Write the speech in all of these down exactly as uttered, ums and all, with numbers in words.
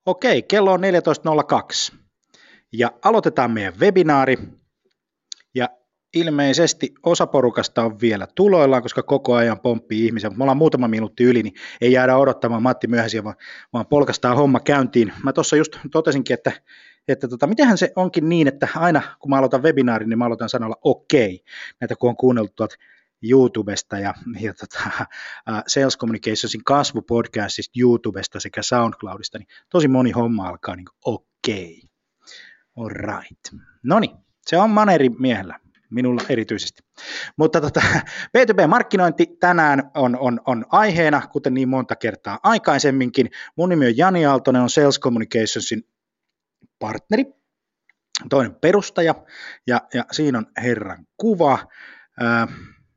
Okei, kello on neljätoista nolla kaksi ja aloitetaan meidän webinaari ja ilmeisesti osa porukasta on vielä tuloillaan, koska koko ajan pomppii ihmisiä, mutta me ollaan muutama minuutti yli, niin ei jäädä odottamaan Matti myöhäisiä, vaan, vaan polkastaan homma käyntiin. Mä tuossa just totesinkin, että, että tota, mitenhän se onkin niin, että aina kun mä aloitan webinaarin, niin mä aloitan sanalla okei, näitä kun on kuunneltu tuolta YouTubesta ja, ja tota, uh, Sales Communicationsin kasvupodcastista YouTubesta sekä SoundCloudista, niin tosi moni homma alkaa niin okei. All right. No niin, se on maneri miehellä, minulla erityisesti. Mutta tota, B two B-markkinointi tänään on, on, on aiheena, kuten niin monta kertaa aikaisemminkin. Mun nimi on Jani Aaltonen, on Sales Communicationsin partneri, toinen perustaja, ja, ja siinä on herran kuva. Äh,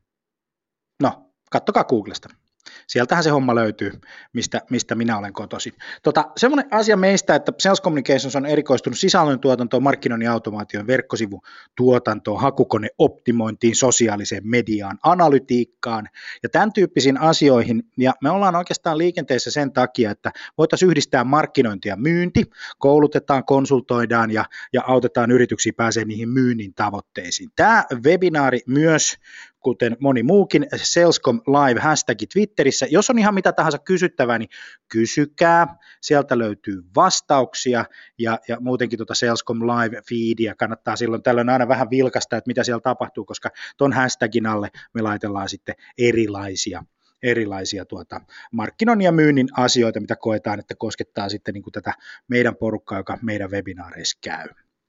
no, kattokaa Googlesta. Sieltähän se homma löytyy, mistä, mistä minä olen kotoisin. Tota, semmoinen asia meistä, että Sales Communications on erikoistunut sisällöntuotantoon, markkinoinnin automaatioon, verkkosivutuotantoon, hakukoneoptimointiin, sosiaaliseen mediaan, analytiikkaan ja tämän tyyppisiin asioihin. Ja me ollaan oikeastaan liikenteessä sen takia, että voitaisiin yhdistää markkinointi ja myynti, koulutetaan, konsultoidaan ja, ja autetaan yrityksiä pääsemään niihin myynnin tavoitteisiin. Tämä webinaari myös, kuten moni muukin, Salescom Live hashtag Twitterissä. Jos on ihan mitä tahansa kysyttävää, niin kysykää. Sieltä löytyy vastauksia ja, ja muutenkin tuota Salescom Live feedia kannattaa silloin tällöin aina vähän vilkaista, että mitä siellä tapahtuu, koska ton hashtagin alle me laitellaan sitten erilaisia erilaisia tuota, markkinoinnin ja myynnin asioita, mitä koetaan, että koskettaa sitten niin kuin tätä meidän porukkaa, joka meidän webinaareissa käy.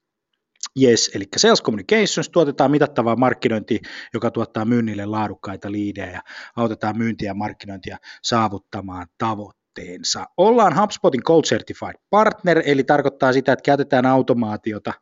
Yes, eli Sales Communications tuotetaan mitattavaa markkinointia, joka tuottaa myynnille laadukkaita liidejä ja autetaan myyntiä ja markkinointia saavuttamaan tavoitteensa. Ollaan HubSpotin Gold Certified Partner, eli tarkoittaa sitä, että käytetään automaatiota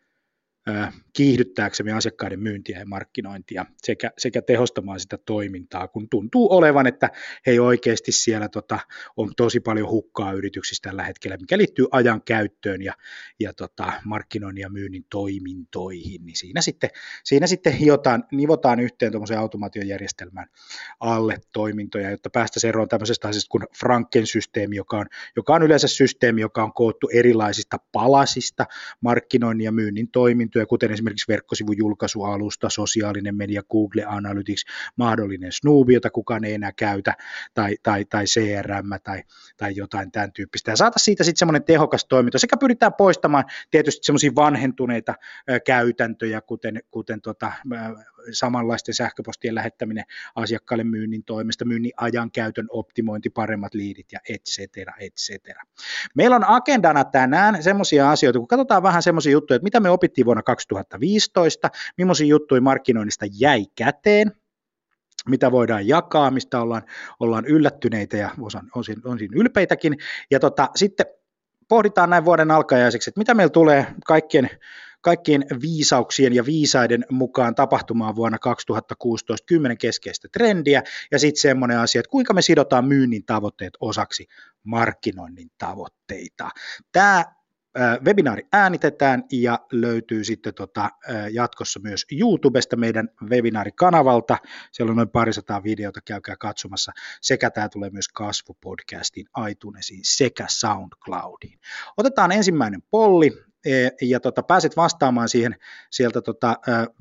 kiihdyttääksemme asiakkaiden myyntiä ja markkinointia sekä, sekä tehostamaan sitä toimintaa, kun tuntuu olevan, että hei oikeasti siellä tota, on tosi paljon hukkaa yrityksissä tällä hetkellä, mikä liittyy ajan käyttöön ja, ja tota, markkinoinnin ja myynnin toimintoihin, niin siinä sitten, siinä sitten hiotaan, nivotaan yhteen tuommoisen automaatiojärjestelmän alle toimintoja, jotta päästäisiin eroon tämmöisestä asiasta kuin Franken-systeemi, joka on, joka on yleensä systeemi, joka on koottu erilaisista palasista markkinoinnin ja myynnin toimintoja, kuten esimerkiksi verkkosivujulkaisualusta, sosiaalinen media, Google Analytics, mahdollinen Snoobi, jota kukaan ei enää käytä, tai, tai, tai C R M tai, tai jotain tämän tyyppistä. Ja saataisiin siitä sitten semmoinen tehokas toiminto, sekä pyritään poistamaan tietysti semmoisia vanhentuneita ä, käytäntöjä, kuten, kuten tota, ä, samanlaisten sähköpostien lähettäminen asiakkaille myynnin toimesta, myynnin ajankäytön optimointi, paremmat liidit ja et cetera, et cetera. Meillä on agendana tänään semmoisia asioita, kun katsotaan vähän semmoisia juttuja, että mitä me opittiin vuonna kaksituhattaviisitoista, millaisia juttuja markkinoinnista jäi käteen, mitä voidaan jakaa, mistä ollaan, ollaan yllättyneitä ja osin, osin, osin ylpeitäkin, ja tota, sitten pohditaan näin vuoden alkajaiseksi, että mitä meillä tulee kaikkien Kaikkien viisauksien ja viisaiden mukaan tapahtumaan vuonna kaksituhattakuusitoista kymmenen keskeistä trendiä ja sitten semmoinen asia, että kuinka me sidotaan myynnin tavoitteet osaksi markkinoinnin tavoitteita. Tämä webinaari äänitetään ja löytyy sitten tota, jatkossa myös YouTubesta meidän webinaarikanavalta. Siellä on noin parisataa videota, käykää katsomassa. Sekä tämä tulee myös kasvupodcastiin, iTunesiin sekä SoundCloudiin. Otetaan ensimmäinen polli. Ja tota, pääset vastaamaan siihen sieltä tota,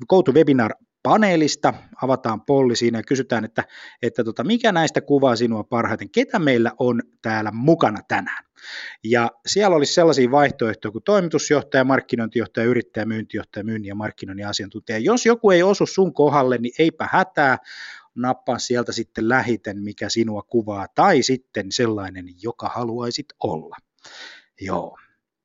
GoToWebinar-paneelista, avataan polli siinä ja kysytään, että, että tota, mikä näistä kuvaa sinua parhaiten, ketä meillä on täällä mukana tänään. Ja siellä olisi sellaisia vaihtoehtoja kuin toimitusjohtaja, markkinointijohtaja, yrittäjä, myyntijohtaja, myynnin ja markkinoinnin asiantuntija. Jos joku ei osu sun kohdalle, niin eipä hätää, nappaa sieltä sitten lähiten, mikä sinua kuvaa, tai sitten sellainen, joka haluaisit olla. Joo.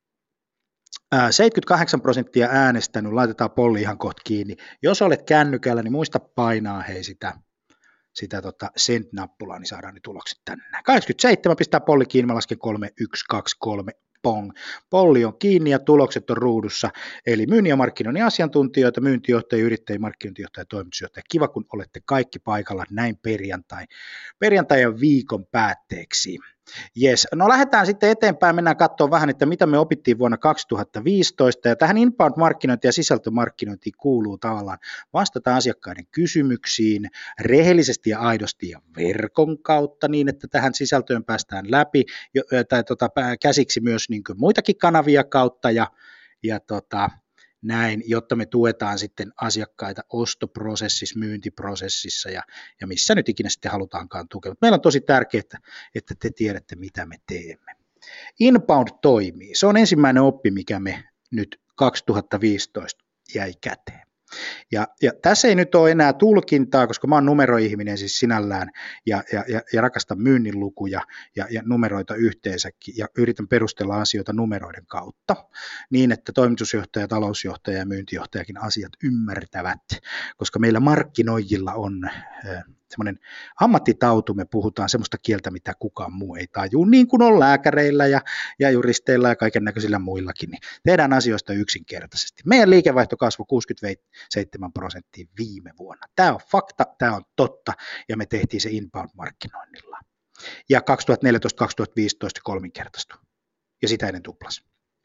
seitsemänkymmentäkahdeksan prosenttia äänestänyt, laitetaan polli ihan kohta kiinni. Jos olet kännykällä, niin muista painaa hei sitä, sitä tota send-nappulaa, niin saadaan ne tulokset tänne. kahdeksankymmentäseitsemän pistää polli kiinni, mä lasken kolme, yksi, kaksi, kolme, pong. Polli on kiinni ja tulokset on ruudussa, eli myynnin ja markkinoinnin asiantuntijoita, myyntijohtajia, yrittäjiä, markkinointijohtajia, toimitusjohtajia. Kiva, kun olette kaikki paikalla näin perjantai, perjantai ja viikon päätteeksi. Jes, no lähdetään sitten eteenpäin, mennään katsomaan vähän, että mitä me opittiin vuonna kaksituhattaviisitoista, ja tähän inbound-markkinointiin ja sisältömarkkinointiin kuuluu tavallaan vastata asiakkaiden kysymyksiin rehellisesti ja aidosti ja verkon kautta niin, että tähän sisältöön päästään läpi, tai tota, käsiksi myös niin kuin muitakin kanavia kautta, ja, ja tota, näin, jotta me tuetaan sitten asiakkaita ostoprosessissa, myyntiprosessissa ja, ja missä nyt ikinä sitten halutaankaan tukea. Meillä on tosi tärkeää, että, että te tiedätte, mitä me teemme. Inbound toimii. Se on ensimmäinen oppi, mikä me nyt kaksituhattaviisitoista jäi käteen. Ja, ja tässä ei nyt ole enää tulkintaa, koska mä oon numeroihminen siis sinällään ja, ja, ja, ja rakastan myynnin lukuja ja, ja numeroita yhteensäkin ja yritän perustella asioita numeroiden kautta niin, että toimitusjohtaja, talousjohtaja ja myyntijohtajakin asiat ymmärtävät, koska meillä markkinoijilla on äh, semmoinen ammattitautu, me puhutaan semmoista kieltä, mitä kukaan muu ei tajuu, niin kuin on lääkäreillä ja, ja juristeilla ja kaiken näköisillä muillakin, niin tehdään asioista yksinkertaisesti. Meidän liikevaihto kasvoi kuusikymmentäseitsemän prosenttia viime vuonna. Tämä on fakta, tämä on totta, ja me tehtiin se inbound-markkinoinnilla. Ja kaksituhattaneljätoista kaksituhattaviisitoista kolminkertaistui, ja sitä ennen tuplas.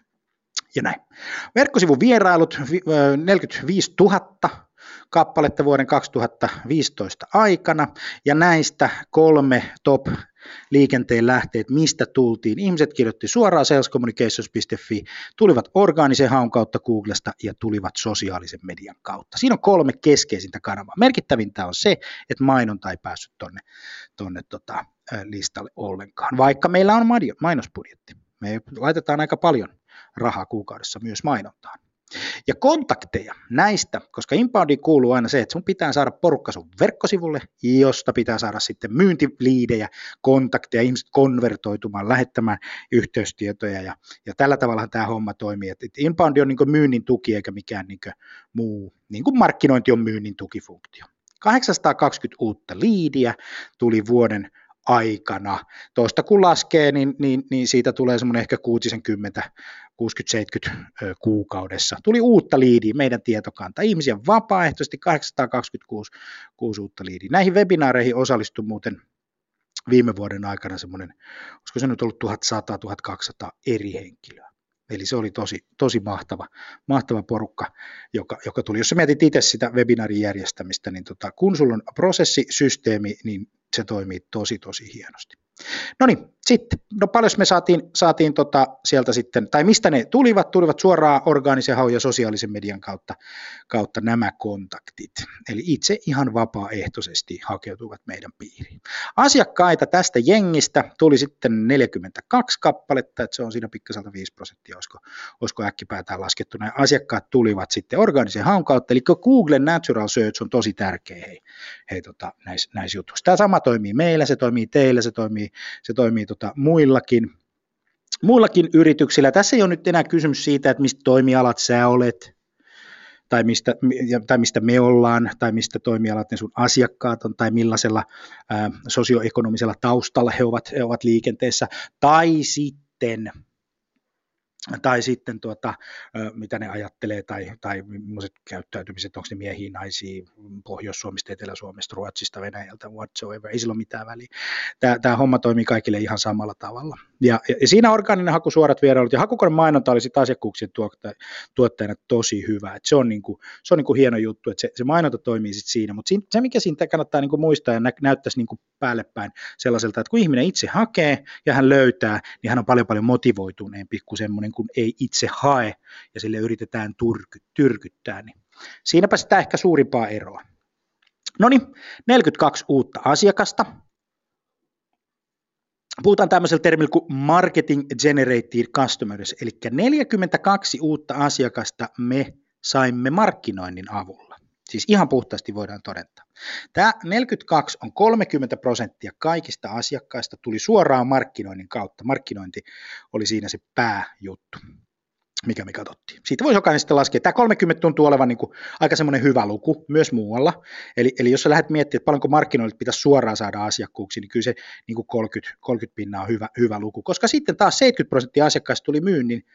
Ja näin. Verkkosivun vierailut neljäkymmentäviisituhatta kappaletta vuoden kaksituhattaviisitoista aikana, ja näistä kolme top liikenteen lähteet, mistä tultiin. Ihmiset kirjoitti suoraan sales communications piste fi, tulivat orgaanisen haun kautta Googlesta ja tulivat sosiaalisen median kautta. Siinä on kolme keskeisintä kanavaa. Merkittävintä on se, että mainonta ei päässyt tuonne tonne, tota, listalle ollenkaan, vaikka meillä on mainosbudjetti. Me laitetaan aika paljon rahaa kuukaudessa myös mainontaan. Ja kontakteja näistä, koska inboundiin kuuluu aina se, että sun pitää saada porukka sun verkkosivulle, josta pitää saada sitten myyntiliidejä, kontakteja, ihmiset konvertoitumaan, lähettämään yhteystietoja ja, ja tällä tavalla tämä homma toimii. Et inbound on niin kuin myynnin tuki eikä mikään niin kuin muu, niin kuin markkinointi on myynnin tukifunktio. kahdeksansataakaksikymmentä uutta liidiä tuli vuoden aikana. Tuosta kun laskee, niin, niin, niin siitä tulee semmoinen ehkä kuusikymmentä seitsemänkymmentä kuukaudessa. Tuli uutta liidiä meidän tietokanta. Ihmisiä vapaaehtoisesti kahdeksansataakaksikymmentäkuusi kuusi uutta liidiä. Näihin webinaareihin osallistui muuten viime vuoden aikana semmoinen, olisiko se nyt ollut tuhatsata tuhatkaksisataa eri henkilöä. Eli se oli tosi, tosi mahtava, mahtava porukka, joka, joka tuli. Jos sä mietit itse sitä webinaarin järjestämistä, niin tota, kun sulla on prosessisysteemi, niin se toimii tosi, tosi hienosti. No niin, sitten, no paljon me saatiin, saatiin tota sieltä sitten, tai mistä ne tulivat, tulivat suoraan orgaanisen haun ja sosiaalisen median kautta, kautta nämä kontaktit. Eli itse ihan vapaaehtoisesti hakeutuvat meidän piiriin. Asiakkaita tästä jengistä tuli sitten neljäkymmentäkaksi kappaletta, että se on siinä pikkaselta viisi prosenttia, olisiko, olisiko äkkipäätään laskettu. Nämä asiakkaat tulivat sitten orgaanisen haun kautta, eli Google Natural Search on tosi tärkeä hei, hei tota, näissä näis jutuissa. Tämä sama toimii meillä, se toimii teillä, se toimii Se toimii tota muillakin, muillakin yrityksillä. Tässä ei ole nyt enää kysymys siitä, että mistä toimialat sä olet, tai mistä, tai mistä me ollaan, tai mistä toimialat ne sun asiakkaat on, tai millaisella ää, sosioekonomisella taustalla he ovat, he ovat liikenteessä, tai sitten... tai sitten tuota, mitä ne ajattelee, tai, tai millaiset käyttäytymiset, onko ne miehiä, naisia, Pohjois-Suomesta, Etelä-Suomesta, Ruotsista, Venäjältä, whatsoever, ei sillä ole mitään väliä. Tämä, tämä homma toimii kaikille ihan samalla tavalla. Ja, ja siinä orgaaninen haku, suorat vierailut ja hakukoneen mainonta oli sitten asiakkuuksien tuottajana tosi hyvä. Et se on, niinku, se on niinku hieno juttu, että se, se mainonta toimii sitten siinä, mutta se, mikä siitä kannattaa niinku muistaa ja nä, näyttäisi niinku päälle päin sellaiselta, että kun ihminen itse hakee ja hän löytää, niin hän on paljon paljon motivoituneempi kuin semmoinen, kun ei itse hae ja sille yritetään turky, tyrkyttää, niin siinäpä sitä ehkä suurimpaa eroa. No niin, neljäkymmentäkaksi uutta asiakasta. Puhutaan tämmöisellä termillä kuin marketing generated customers, eli neljäkymmentäkaksi uutta asiakasta me saimme markkinoinnin avulla. Siis ihan puhtaasti voidaan todeta. Tämä neljäkymmentäkaksi on kolmekymmentä prosenttia kaikista asiakkaista tuli suoraan markkinoinnin kautta. Markkinointi oli siinä se pääjuttu, mikä me katsottiin. Siitä voisi jokainen sitten laskea. Tämä kolmekymmentä tuntuu olevan niin kuin aika semmoinen hyvä luku myös muualla. Eli, eli jos sä lähdet miettimään, että paljonko markkinoilta pitäisi suoraan saada asiakkuuksia, niin kyllä se niin kuin kolmekymmentä, kolmekymmentä pinnaa on hyvä, hyvä luku. Koska sitten taas seitsemänkymmentä prosenttia asiakkaista tuli myynnin,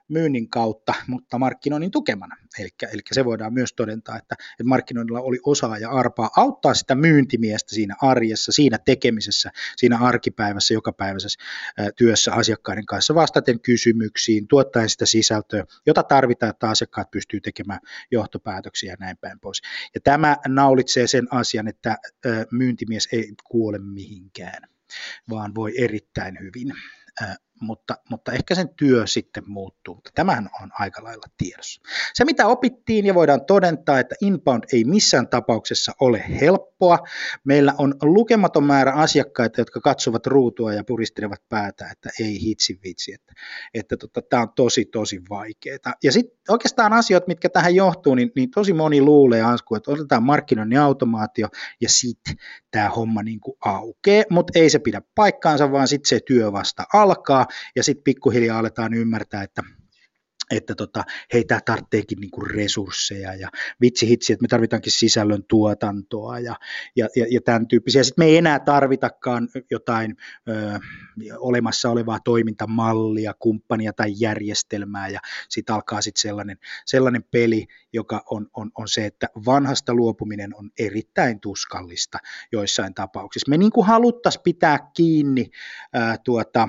myynnin kautta, mutta markkinoinnin tukemana. Eli, eli se voidaan myös todentaa, että, että markkinoinnilla oli osaa ja arpaa auttaa sitä myyntimiestä siinä arjessa, siinä tekemisessä, siinä arkipäivässä, jokapäiväisessä työssä asiakkaiden kanssa vastaten kysymyksiin, tuottaen sitä sisältöä, jota tarvitaan, että asiakkaat pystyy tekemään johtopäätöksiä ja näin päin pois. Ja tämä naulitsee sen asian, että myyntimies ei kuole mihinkään, vaan voi erittäin hyvin. Mutta, mutta ehkä sen työ sitten muuttuu, mutta tämähän on aika lailla tiedossa. Se mitä opittiin ja voidaan todentaa, että inbound ei missään tapauksessa ole helppoa. Meillä on lukematon määrä asiakkaita, jotka katsovat ruutua ja puristelevat päätä, että ei hitsi vitsi, että, että tota, tämä on tosi tosi vaikeaa. Ja sitten oikeastaan asiat, mitkä tähän johtuu, niin, niin tosi moni luulee Ansku, että otetaan markkinoinnin automaatio ja sitten tämä homma niin kuin aukeaa, mutta ei se pidä paikkaansa, vaan sitten se työ vasta alkaa. Ja sitten pikkuhiljaa aletaan ymmärtää, että, että tota, hei, tämä tarvitseekin niinku resursseja ja vitsi hitsi, että me tarvitaankin sisällön tuotantoa ja, ja, ja, ja tämän tyyppisiä. Sitten me ei enää tarvitakaan jotain ö, olemassa olevaa toimintamallia, kumppania tai järjestelmää ja sitten alkaa sitten sellainen, sellainen peli, joka on, on, on se, että vanhasta luopuminen on erittäin tuskallista joissain tapauksissa. Me niin kuin haluttaisiin pitää kiinni ää, tuota,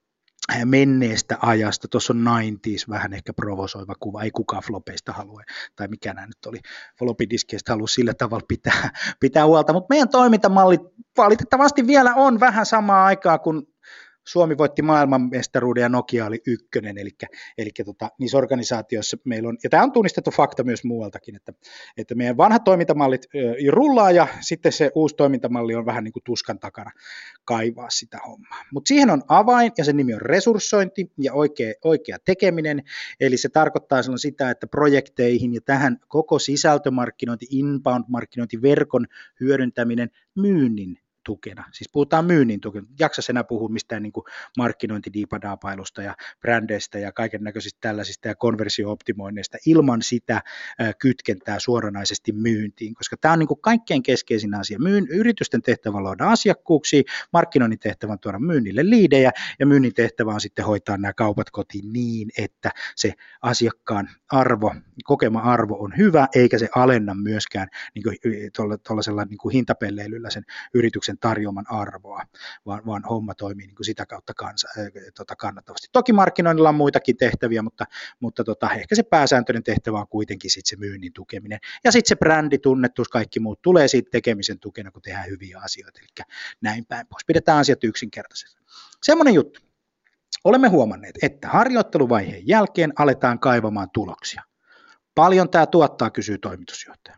menneestä ajasta, tuossa on nineties vähän ehkä provosoiva kuva, ei kukaan flopeista halua, tai mikä nämä nyt oli, flopidiskeistä halua sillä tavalla pitää, pitää huolta, mutta meidän toimintamallit valitettavasti vielä on vähän samaa aikaa, kun Suomi voitti maailmanmestaruuden ja Nokia oli ykkönen, eli, eli tota, niissä organisaatioissa meillä on, ja tämä on tunnistettu fakta myös muualtakin, että, että meidän vanhat toimintamallit ö, rullaa ja sitten se uusi toimintamalli on vähän niin kuin tuskan takana kaivaa sitä hommaa. Mutta siihen on avain ja sen nimi on resurssointi ja oikea, oikea tekeminen, eli se tarkoittaa silloin sitä, että projekteihin ja tähän koko sisältömarkkinointi, inbound-markkinointi, verkon hyödyntäminen, myynnin tukena. Siis puhutaan myynnin tukena. Jaksas enää puhua mistään niin kuin markkinointidiipadaapailusta ja brändeistä ja kaiken näköisistä tällaisista ja konversio-optimoinneista ilman sitä ää, kytkentää suoranaisesti myyntiin, koska tämä on niin kuin kaikkein keskeisin asia. Myyn, yritysten tehtävä on luoda asiakkuuksia, markkinoinnin tehtävä on tuoda myynnille liidejä ja myynnin tehtävä on sitten hoitaa nämä kaupat kotiin niin, että se asiakkaan arvo, kokema arvo on hyvä eikä se alenna myöskään niin kuin tuollaisella niin kuin hintapelleilyllä sen yrityksen tarjoaman arvoa, vaan, vaan homma toimii niin kuin sitä kautta kansa, äh, tota kannattavasti. Toki markkinoinnilla on muitakin tehtäviä, mutta, mutta tota, ehkä se pääsääntöinen tehtävä on kuitenkin sit se myynnin tukeminen. Ja sitten se brändi, tunnettuus, kaikki muut tulee siitä tekemisen tukena, kun tehdään hyviä asioita, eli näin päin pois. Pidetään asiat yksinkertaisesti. Semmoinen juttu. Olemme huomanneet, että harjoitteluvaiheen jälkeen aletaan kaivamaan tuloksia. Paljon tämä tuottaa, kysyy toimitusjohtaja.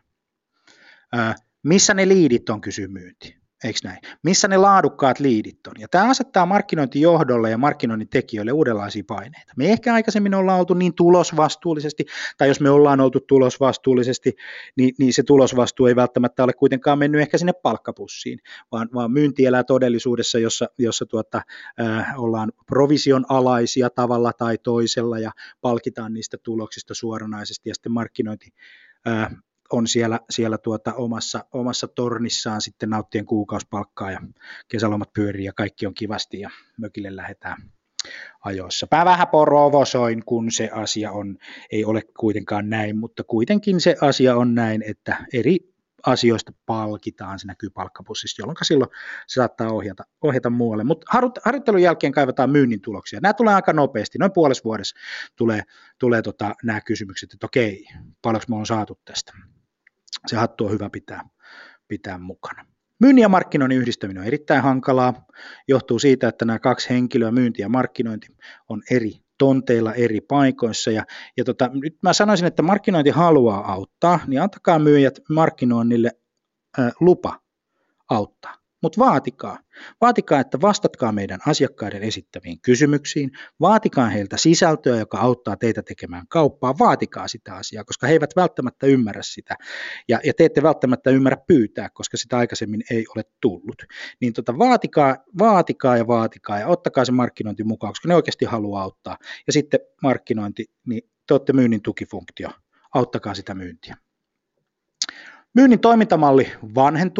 Äh, missä ne liidit on, kysyy myynti. Eikö näin? Missä ne laadukkaat liidit on? Ja tämä asettaa markkinointijohdolle ja markkinoinnin tekijöille uudenlaisia paineita. Me ehkä aikaisemmin ollaan oltu niin tulosvastuullisesti, tai jos me ollaan oltu tulosvastuullisesti, niin, niin se tulosvastuu ei välttämättä ole kuitenkaan mennyt ehkä sinne palkkapussiin, vaan, vaan myynti elää todellisuudessa, jossa, jossa tuota, äh, ollaan provision alaisia tavalla tai toisella ja palkitaan niistä tuloksista suoranaisesti ja sitten markkinointi äh, on siellä, siellä tuota omassa, omassa tornissaan sitten nauttien kuukausipalkkaa ja kesälomat pyörii ja kaikki on kivasti ja mökille lähdetään ajoissa. Mä vähän provosoin, kun se asia on, ei ole kuitenkaan näin, mutta kuitenkin se asia on näin, että eri asioista palkitaan, se näkyy palkkapussissa, jolloin silloin se saattaa ohjata, ohjata muualle. Mutta harjoittelun jälkeen kaivataan myynnin tuloksia. Nämä tulee aika nopeasti, noin puolessa vuodessa tulee, tulee tota, nämä kysymykset, että okei, paljonko me on saatu tästä. Se hattu on hyvä pitää, pitää mukana. Myynnin ja markkinoinnin yhdistäminen on erittäin hankalaa. Johtuu siitä, että nämä kaksi henkilöä, myynti ja markkinointi, on eri tonteilla eri paikoissa. Ja, ja tota, nyt mä sanoisin, että markkinointi haluaa auttaa, niin antakaa myyjät markkinoinnille ää, lupa auttaa. Mutta vaatikaa. Vaatikaa, että vastatkaa meidän asiakkaiden esittäviin kysymyksiin. Vaatikaa heiltä sisältöä, joka auttaa teitä tekemään kauppaa. Vaatikaa sitä asiaa, koska he eivät välttämättä ymmärrä sitä. Ja, ja te ette välttämättä ymmärrä pyytää, koska sitä aikaisemmin ei ole tullut. Niin tota, vaatikaa, vaatikaa ja vaatikaa ja ottakaa se markkinointi mukaan, koska ne oikeasti haluaa auttaa. Ja sitten markkinointi, niin te olette myynnin tukifunktio. Auttakaa sitä myyntiä. Myynnin toimintamalli vanhentui.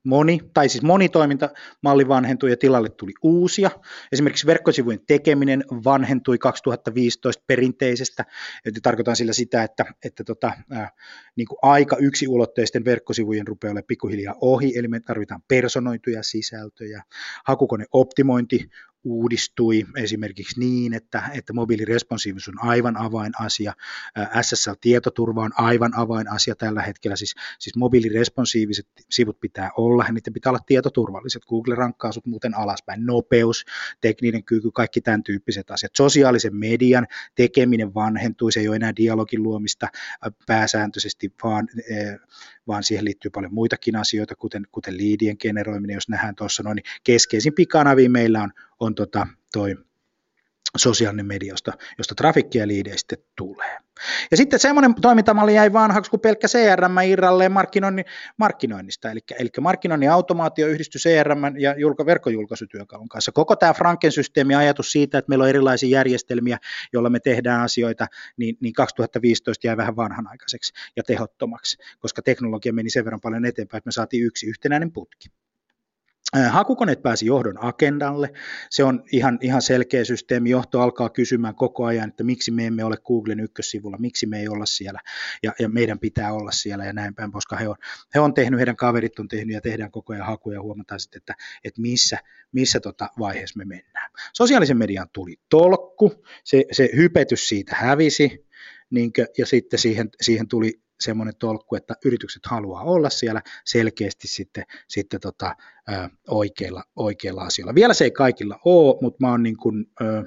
moni, tai siis monitoimintamalli vanhentui ja tilalle tuli uusia. Esimerkiksi verkkosivujen tekeminen vanhentui kaksituhattaviisitoista perinteisestä, eli tarkoitan sillä sitä, että, että tota, ää, niin kuin aika yksiulotteisten verkkosivujen rupeaa olemaan pikkuhiljaa ohi, eli me tarvitaan personoituja sisältöjä. Hakukoneoptimointi uudistui esimerkiksi niin, että, että mobiiliresponsiivisuus on aivan avainasia, S S L-tietoturva on aivan avainasia tällä hetkellä, siis, siis mobiiliresponsiiviset sivut pitää olla, ja niiden pitää olla tietoturvalliset, Google rankkaa sut muuten alaspäin, nopeus, tekninen kyky, kaikki tämän tyyppiset asiat, sosiaalisen median tekeminen vanhentui, se ei ole enää dialogin luomista pääsääntöisesti, vaan, vaan siihen liittyy paljon muitakin asioita, kuten, kuten liidien generoiminen, jos nähdään tuossa noin, niin keskeisin kanavi meillä on, on tota, toi sosiaalinen media, josta, josta trafikkia ja liidejä sitten tulee. Ja sitten semmoinen toimintamalli jäi vanhaksi kuin pelkkä C R M irralleen markkinoinnin, markkinoinnista, eli, eli markkinoinnin automaatio yhdistyi C R M ja julka, verkkojulkaisutyökalun kanssa. Koko tämä Franken-systeemi ajatus siitä, että meillä on erilaisia järjestelmiä, joilla me tehdään asioita, niin, niin kaksituhattaviisitoista jäi vähän vanhanaikaiseksi ja tehottomaksi, koska teknologia meni sen verran paljon eteenpäin, että me saatiin yksi yhtenäinen putki. Hakukoneet pääsi johdon agendalle, se on ihan, ihan selkeä systeemi, johto alkaa kysymään koko ajan, että miksi me emme ole Googlen ykkössivulla, miksi me ei olla siellä ja, ja meidän pitää olla siellä ja näin päin, koska he on, he on tehnyt, heidän kaverit on tehnyt ja tehdään koko ajan hakuja ja huomataan sitten, että, että missä, missä tota vaiheessa me mennään. Sosiaalisen median tuli tolkku, se, se hypetys siitä hävisi niinkö, ja sitten siihen, siihen tuli semmoinen tolkku, että yritykset haluaa olla siellä selkeästi sitten, sitten tota, ö, oikeilla, oikeilla asioilla. Vielä se ei kaikilla ole, mutta mä oon niin kuin, ö,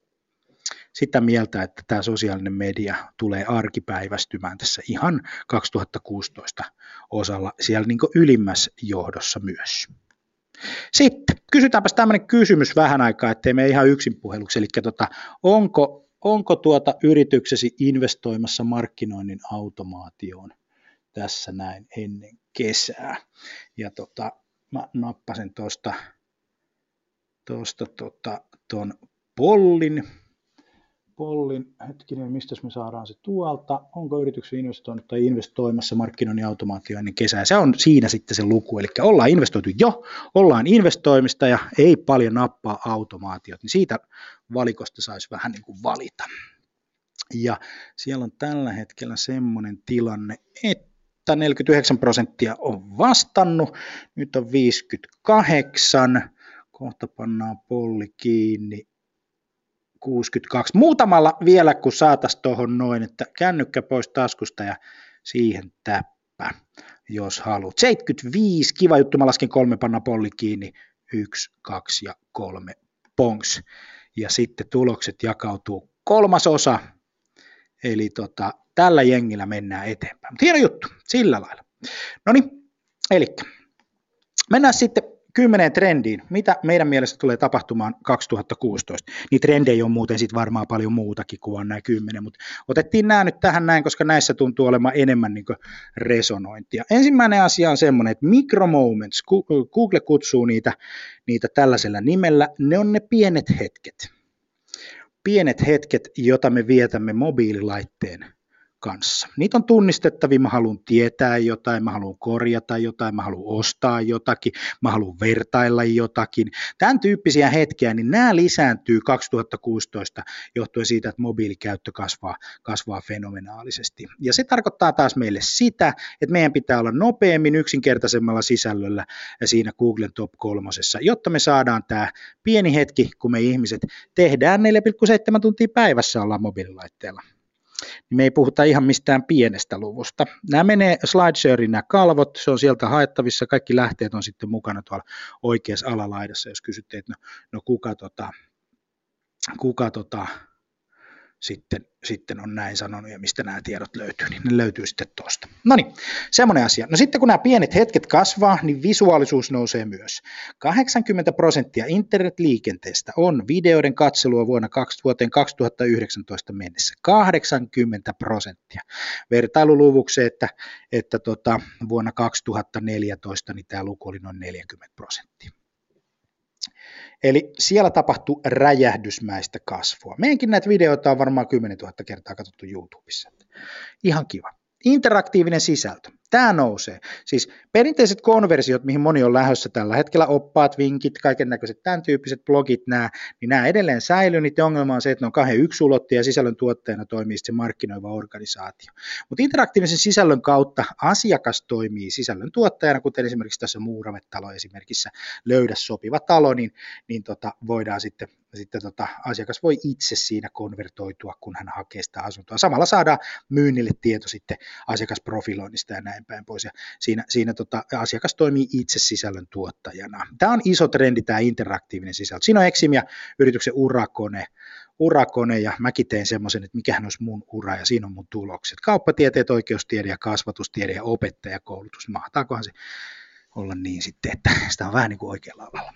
sitä mieltä, että tämä sosiaalinen media tulee arkipäivästymään tässä ihan kaksituhattakuusitoista osalla siellä niin kuin ylimmässä johdossa myös. Sitten kysytäänpäs tämmöinen kysymys vähän aikaa, ettei me ihan yksin puheluksi, eli tota, onko Onko tuota yrityksesi investoimassa markkinoinnin automaatioon tässä näin ennen kesää? Ja tota, mä nappasin tuosta tuosta tota, ton pollin, pollin, hetkinen, mistä me saadaan se tuolta, onko yrityksesi investoinut tai investoimassa markkinoinnin automaatioon ennen kesää? Se on siinä sitten se luku, eli ollaan investoitu jo, ollaan investoimista ja ei paljon nappaa automaatiot, niin siitä valikosta saisi vähän niin kuin valita. Ja siellä on tällä hetkellä semmoinen tilanne, että neljäkymmentäyhdeksän prosenttia on vastannut, nyt on viisikymmentäkahdeksan, kohta pannaan polli kiinni, kuusikymmentäkaksi. Muutamalla vielä, kun saataisiin tuohon noin, että kännykkä pois taskusta ja siihen täppä, jos haluat. seitsemänkymmentäviisi, kiva juttu, mä lasken kolme, panna polli kiinni, yksi, kaksi ja kolme, pongs. Ja sitten tulokset jakautuu kolmasosa, eli tota, tällä jengillä mennään eteenpäin. Mutta hieno juttu, sillä lailla. No niin, eli mennään sitten kymmeneen trendiin, mitä meidän mielestä tulee tapahtumaan kaksituhattakuusitoista. Niin trendejä on muuten sitten varmaan paljon muutakin kuin on nämä kymmenen, mutta otettiin nämä nyt tähän näin, koska näissä tuntuu olemaan enemmän niin kuin resonointia. Ensimmäinen asia on semmoinen, että micromoments, Google kutsuu niitä, niitä tällaisella nimellä, ne on ne pienet hetket. Pienet hetket, joita me vietämme mobiililaitteen kanssa. Niitä on tunnistettavia, mä haluan tietää jotain, mä haluan korjata jotain, mä haluan ostaa jotakin, mä haluan vertailla jotakin. Tämän tyyppisiä hetkiä, niin nämä lisääntyy kaksituhattakuusitoista johtuen siitä, että mobiilikäyttö kasvaa, kasvaa fenomenaalisesti. Ja se tarkoittaa taas meille sitä, että meidän pitää olla nopeammin yksinkertaisemmalla sisällöllä siinä Googlen top kolmosessa, jotta me saadaan tämä pieni hetki, kun me ihmiset tehdään neljä pilkku seitsemän tuntia päivässä ollaan mobiililaitteella. Niin me ei puhuta ihan mistään pienestä luvusta. Nämä menee SlideSharein nämä kalvot, se on sieltä haettavissa, kaikki lähteet on sitten mukana tuolla oikeassa alalaidassa, jos kysytte, että no, no kuka, tota, kuka tota, sitten, sitten on näin sanonut ja mistä nämä tiedot löytyy, niin ne löytyy sitten tuosta. No niin, semmoinen asia. No sitten kun nämä pienet hetket kasvaa, niin visuaalisuus nousee myös. kahdeksankymmentä prosenttia internetliikenteestä on videoiden katselua vuonna vuoteen kaksituhattayhdeksäntoista mennessä. kahdeksankymmentä prosenttia. Vertailuluvuksi, että, että tota, vuonna kaksituhattaneljätoista niin tämä luku oli noin neljäkymmentä prosenttia. Eli siellä tapahtui räjähdysmäistä kasvua. Meidänkin näitä videoita on varmaan kymmenentuhatta kertaa katsottu YouTubessa. Ihan kiva. Interaktiivinen sisältö. Tämä nousee. Siis perinteiset konversiot, mihin moni on lähdössä tällä hetkellä, oppaat, vinkit, kaiken näköiset tämän tyyppiset blogit, nämä, niin nämä edelleen säilyy. Niiden ongelma on se, että ne on kahden yksulotteja ja sisällön tuottajana toimii se markkinoiva organisaatio. Mutta interaktiivisen sisällön kautta asiakas toimii sisällön tuottajana, kuten esimerkiksi tässä Muurametalo esimerkissä löydä sopiva talo, niin, niin tota, voidaan sitten, sitten tota, asiakas voi itse siinä konvertoitua, kun hän hakee sitä asuntoa. Samalla saadaan myynnille tieto sitten asiakasprofiloinnista ja näin päin pois. Ja siinä siinä tota, asiakas toimii itse sisällön tuottajana. Tämä on iso trendi, tämä interaktiivinen sisältö. Siinä on Exim ja yrityksen urakone, urakone ja mäkin tein semmoisen, että mikähän olisi mun ura ja siinä on mun tulokset. Kauppatieteet, oikeustiede ja kasvatustiede ja opettajakoulutus. Mahtaakohan se olla niin sitten, että sitä on vähän niin kuin oikealla alalla.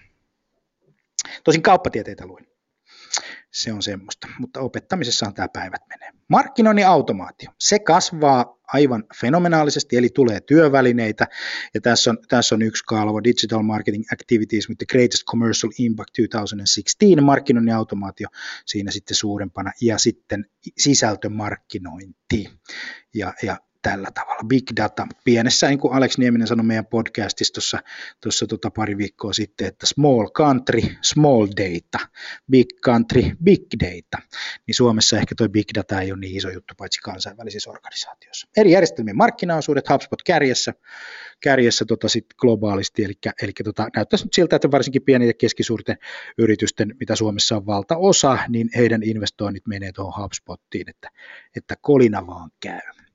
Tosin kauppatieteitä luin. Se on semmoista, mutta opettamisessahan tämä päivät menee. Markkinoinnin automaatio, se kasvaa aivan fenomenaalisesti, eli tulee työvälineitä, ja tässä on, tässä on yksi kalvo, Digital Marketing Activities with the Greatest Commercial Impact kaksituhattakuusitoista, markkinoinnin automaatio siinä sitten suurempana, ja sitten sisältömarkkinointi, ja, ja tällä tavalla. Big data, pienessä, niin kuin Alex Nieminen sanoi meidän podcastissa tuossa, tuossa tota pari viikkoa sitten, että small country, small data, big country, big data, niin Suomessa ehkä toi big data ei ole niin iso juttu, paitsi kansainvälisissä organisaatioissa. Eri järjestelmien markkinaosuudet, HubSpot kärjessä, kärjessä tota sit globaalisti, eli, eli tota, näyttäisi nyt siltä, että varsinkin pienten ja keskisuurten yritysten, mitä Suomessa on valtaosa, niin heidän investoinnit menee tuohon HubSpottiin, että, että kolina vaan käy.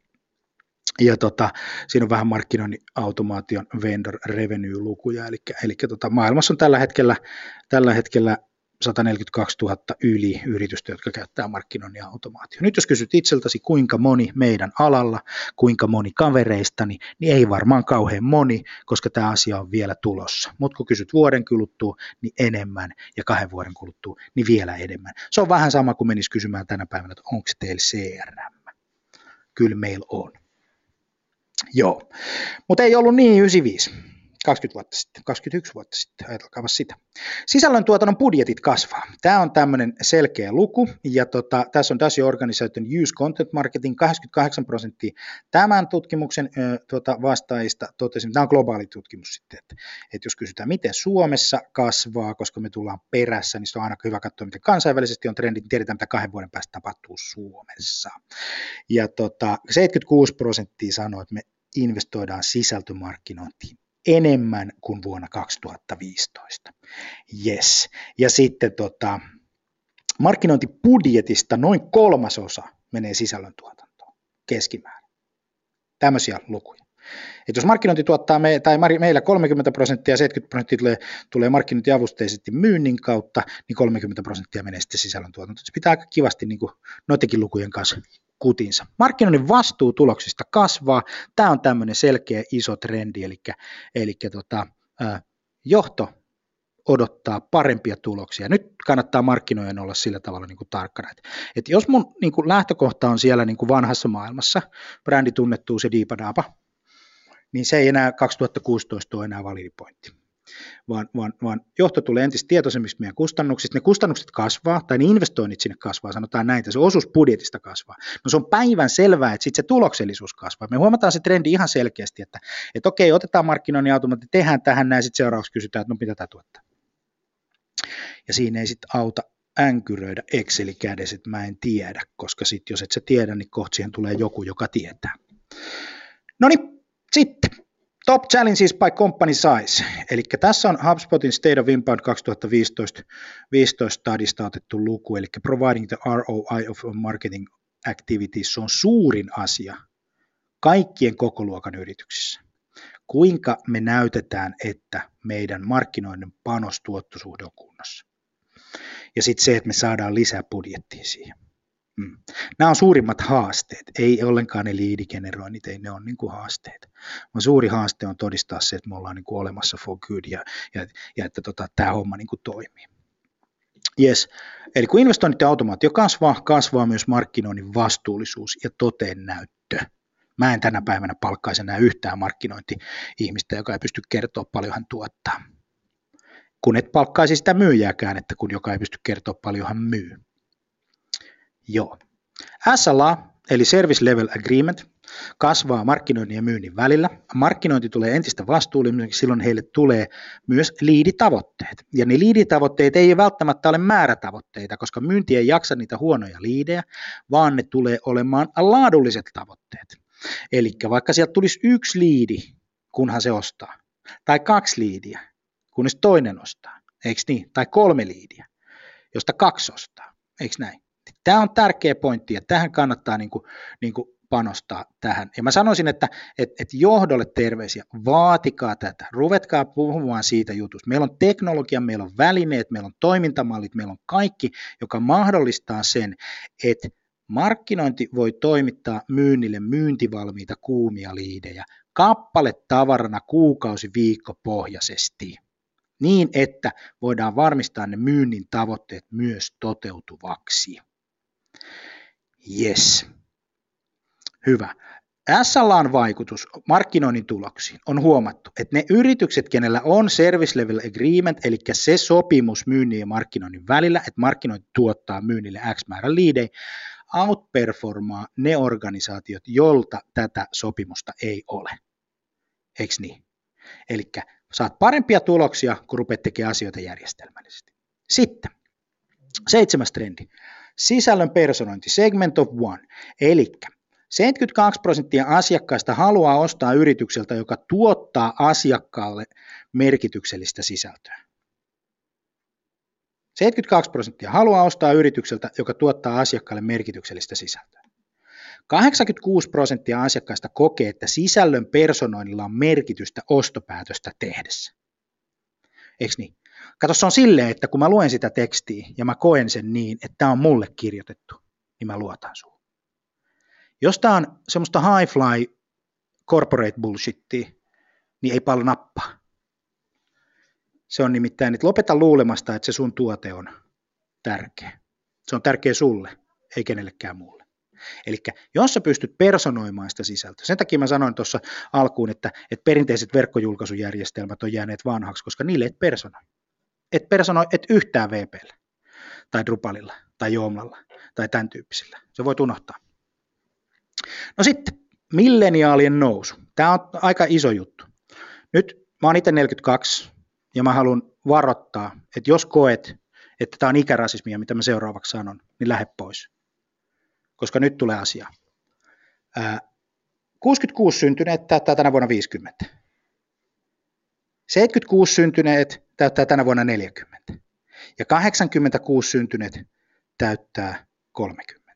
Ja tota, siinä on vähän markkinoinnin automaation vendor revenue-lukuja, eli, eli tota, maailmassa on tällä hetkellä, tällä hetkellä sata neljäkymmentäkaksituhatta yli yritystä, jotka käyttää markkinoinnin automaatio. Nyt jos kysyt itseltäsi, kuinka moni meidän alalla, kuinka moni kavereistani, niin ei varmaan kauhean moni, koska tämä asia on vielä tulossa. Mutta kun kysyt vuoden kuluttua, niin enemmän, ja kahden vuoden kuluttua, niin vielä enemmän. Se on vähän sama kuin menisi kysymään tänä päivänä, että onko teillä C R M. Kyllä meillä on. Joo, mutta ei ollut niin yhdeksänkymmentäviisi, kaksikymmentä vuotta sitten, kaksikymmentäyksi vuotta sitten, ajatelkaapa sitä. Sisällöntuotannon budjetit kasvaa. Tämä on tämmöinen selkeä luku, ja tota, tässä on Dasio Organization Use Content Marketing, kahdeksankymmentäkahdeksan prosenttia tämän tutkimuksen ö, tuota, vastaajista totesi, tämä on globaali tutkimus sitten, että, että jos kysytään, miten Suomessa kasvaa, koska me tullaan perässä, niin se on aina hyvä katsoa, miten kansainvälisesti on trendi, niin tiedetään, mitä kahden vuoden päästä tapahtuu Suomessa. Ja tota, seitsemänkymmentäkuusi prosenttia sanoo, että me investoidaan sisältömarkkinointiin enemmän kuin vuonna kaksituhattaviisitoista. Yes. Ja sitten tota, markkinointibudjetista noin kolmasosa menee sisällöntuotantoon keskimäärin. Tämmöisiä lukuja. Et jos markkinointi tuottaa me, tai meillä kolmekymmentä prosenttia ja seitsemänkymmentä prosenttia tulee, tulee markkinointiavusteisesti myynnin kautta, niin kolmekymmentä prosenttia menee sitten sisällöntuotantoon. Se pitää aika kivasti niin kuin noidenkin lukujen kanssa kutinsa. Markkinoinnin vastuu tuloksista kasvaa. Tämä on tämmöinen selkeä iso trendi, eli, eli tota, johto odottaa parempia tuloksia. Nyt kannattaa markkinoiden olla sillä tavalla niin kuin tarkkana. Että, että jos mun niin kuin lähtökohta on siellä niin kuin vanhassa maailmassa, brändi tunnettuu se diipadaapa, niin se ei enää kaksituhattakuusitoista ole enää validi pointti. Vaan, vaan, vaan johto tulee entistä tietoisemmiksi meidän kustannuksista. Ne kustannukset kasvaa, tai ne investoinnit sinne kasvaa, sanotaan näin, että se osuus budjetista kasvaa. No se on päivän selvää, että sitten se tuloksellisuus kasvaa. Me huomataan se trendi ihan selkeästi, että, että okei, otetaan markkinoinnin automaatti, tehdään tähän näin, sitten seuraavaksi kysytään, että no mitä tämä tuottaa. Ja siinä ei sitten auta änkyröidä Exceli kädessä, että mä en tiedä, koska sitten jos et sä tiedä, niin kohta siihen tulee joku, joka tietää. No niin, sitten. Top Challenges by Company Size, eli tässä on HubSpotin State of Inbound kaksituhattaviisitoista studista otettu luku, eli Providing the R O I of Marketing Activities, se on suurin asia kaikkien kokoluokan yrityksissä. Kuinka me näytetään, että meidän markkinoinnin panostuottosuhde on kunnossa. Ja sitten se, että me saadaan lisää budjettia siihen. Mm. Nämä on suurimmat haasteet, ei ollenkaan ne liidigeneroinnit, ei ne ole niin kuin haasteita. Vaan suuri haaste on todistaa se, että me ollaan niin kuin olemassa for good ja, ja, ja että tota, tämä homma niin kuin toimii. Yes. Eli kun investoinnit ja automaatio kasvaa, kasvaa myös markkinoinnin vastuullisuus ja toteennäyttö. Mä en tänä päivänä palkkaisi enää yhtään markkinointi-ihmistä, joka ei pysty kertoa paljon hän tuottaa. Kun et palkkaisi sitä myyjääkään, että kun joka ei pysty kertoa paljon hän myy. Joo. S L A, eli Service Level Agreement, kasvaa markkinoinnin ja myynnin välillä. Markkinointi tulee entistä vastuullisemmaksi, silloin heille tulee myös liiditavoitteet. Ja ne liiditavoitteet ei välttämättä ole määrätavoitteita, koska myynti ei jaksa niitä huonoja liidejä, vaan ne tulee olemaan laadulliset tavoitteet. Eli vaikka sieltä tulisi yksi liidi, kunhan se ostaa, tai kaksi liidiä, kunnes toinen ostaa, eikö niin? Tai kolme liidiä, josta kaksi ostaa, eikö näin? Tämä on tärkeä pointti ja tähän kannattaa niin kuin, niin kuin panostaa tähän. Ja mä sanoisin, että, että, että johdolle terveisiä, vaatikaa tätä, ruvetkaa puhumaan siitä jutusta. Meillä on teknologia, meillä on välineet, meillä on toimintamallit, meillä on kaikki, joka mahdollistaa sen, että markkinointi voi toimittaa myynnille myyntivalmiita kuumia liidejä kappale tavarana kuukausi viikkopohjaisesti niin, että voidaan varmistaa ne myynnin tavoitteet myös toteutuvaksi. Yes. Hyvä. S L A:n vaikutus markkinoinnin tuloksiin on huomattu, että ne yritykset, kenellä on service level agreement, eli se sopimus myynnin ja markkinoinnin välillä, että markkinointi tuottaa myynnille X määrän liidejä, outperformaa ne organisaatiot, jolta tätä sopimusta ei ole. Eikö niin? Eli saat parempia tuloksia, kun rupeat tekemään asioita järjestelmällisesti. Sitten seitsemäs trendi. Sisällön personointi, segment of one, eli seitsemänkymmentäkaksi prosenttia asiakkaista haluaa ostaa yritykseltä, joka tuottaa asiakkaalle merkityksellistä sisältöä. seitsemänkymmentäkaksi prosenttia haluaa ostaa yritykseltä, joka tuottaa asiakkaalle merkityksellistä sisältöä. kahdeksankymmentäkuusi prosenttia asiakkaista kokee, että sisällön personoinnilla on merkitystä ostopäätöstä tehdessä. Eikö niin? Kato, se on silleen, että kun mä luen sitä tekstiä ja mä koen sen niin, että tämä on mulle kirjoitettu, niin mä luotan suun. Jos tämä on semmoista high fly corporate bullshittia, niin ei paljon nappaa. Se on nimittäin, että lopeta luulemasta, että se sun tuote on tärkeä. Se on tärkeä sulle, ei kenellekään muulle. Eli jos sä pystyt personoimaan sitä sisältöä, sen takia mä sanoin tuossa alkuun, että, että perinteiset verkkojulkaisujärjestelmät on jääneet vanhaksi, koska niille et personoi. Et personoi et yhtään V P:llä, tai Drupalilla, tai Joomlalla, tai tämän tyyppisillä. Se voi unohtaa. No sitten, milleniaalien nousu. Tämä on aika iso juttu. Nyt mä oon itse neljäkymmentäkaksi, ja mä haluan varoittaa, että jos koet, että tämä on ikärasismia, mitä mä seuraavaksi sanon, niin lähde pois. Koska nyt tulee asia. Ää, kuusikymmentäkuusi syntyneet täyttää tänä vuonna viisikymmentä. seitsemänkymmentäkuusi syntyneet täyttää tänä vuonna neljäkymmentä. Ja kahdeksankymmentäkuusi syntyneet täyttää kolmekymmentä.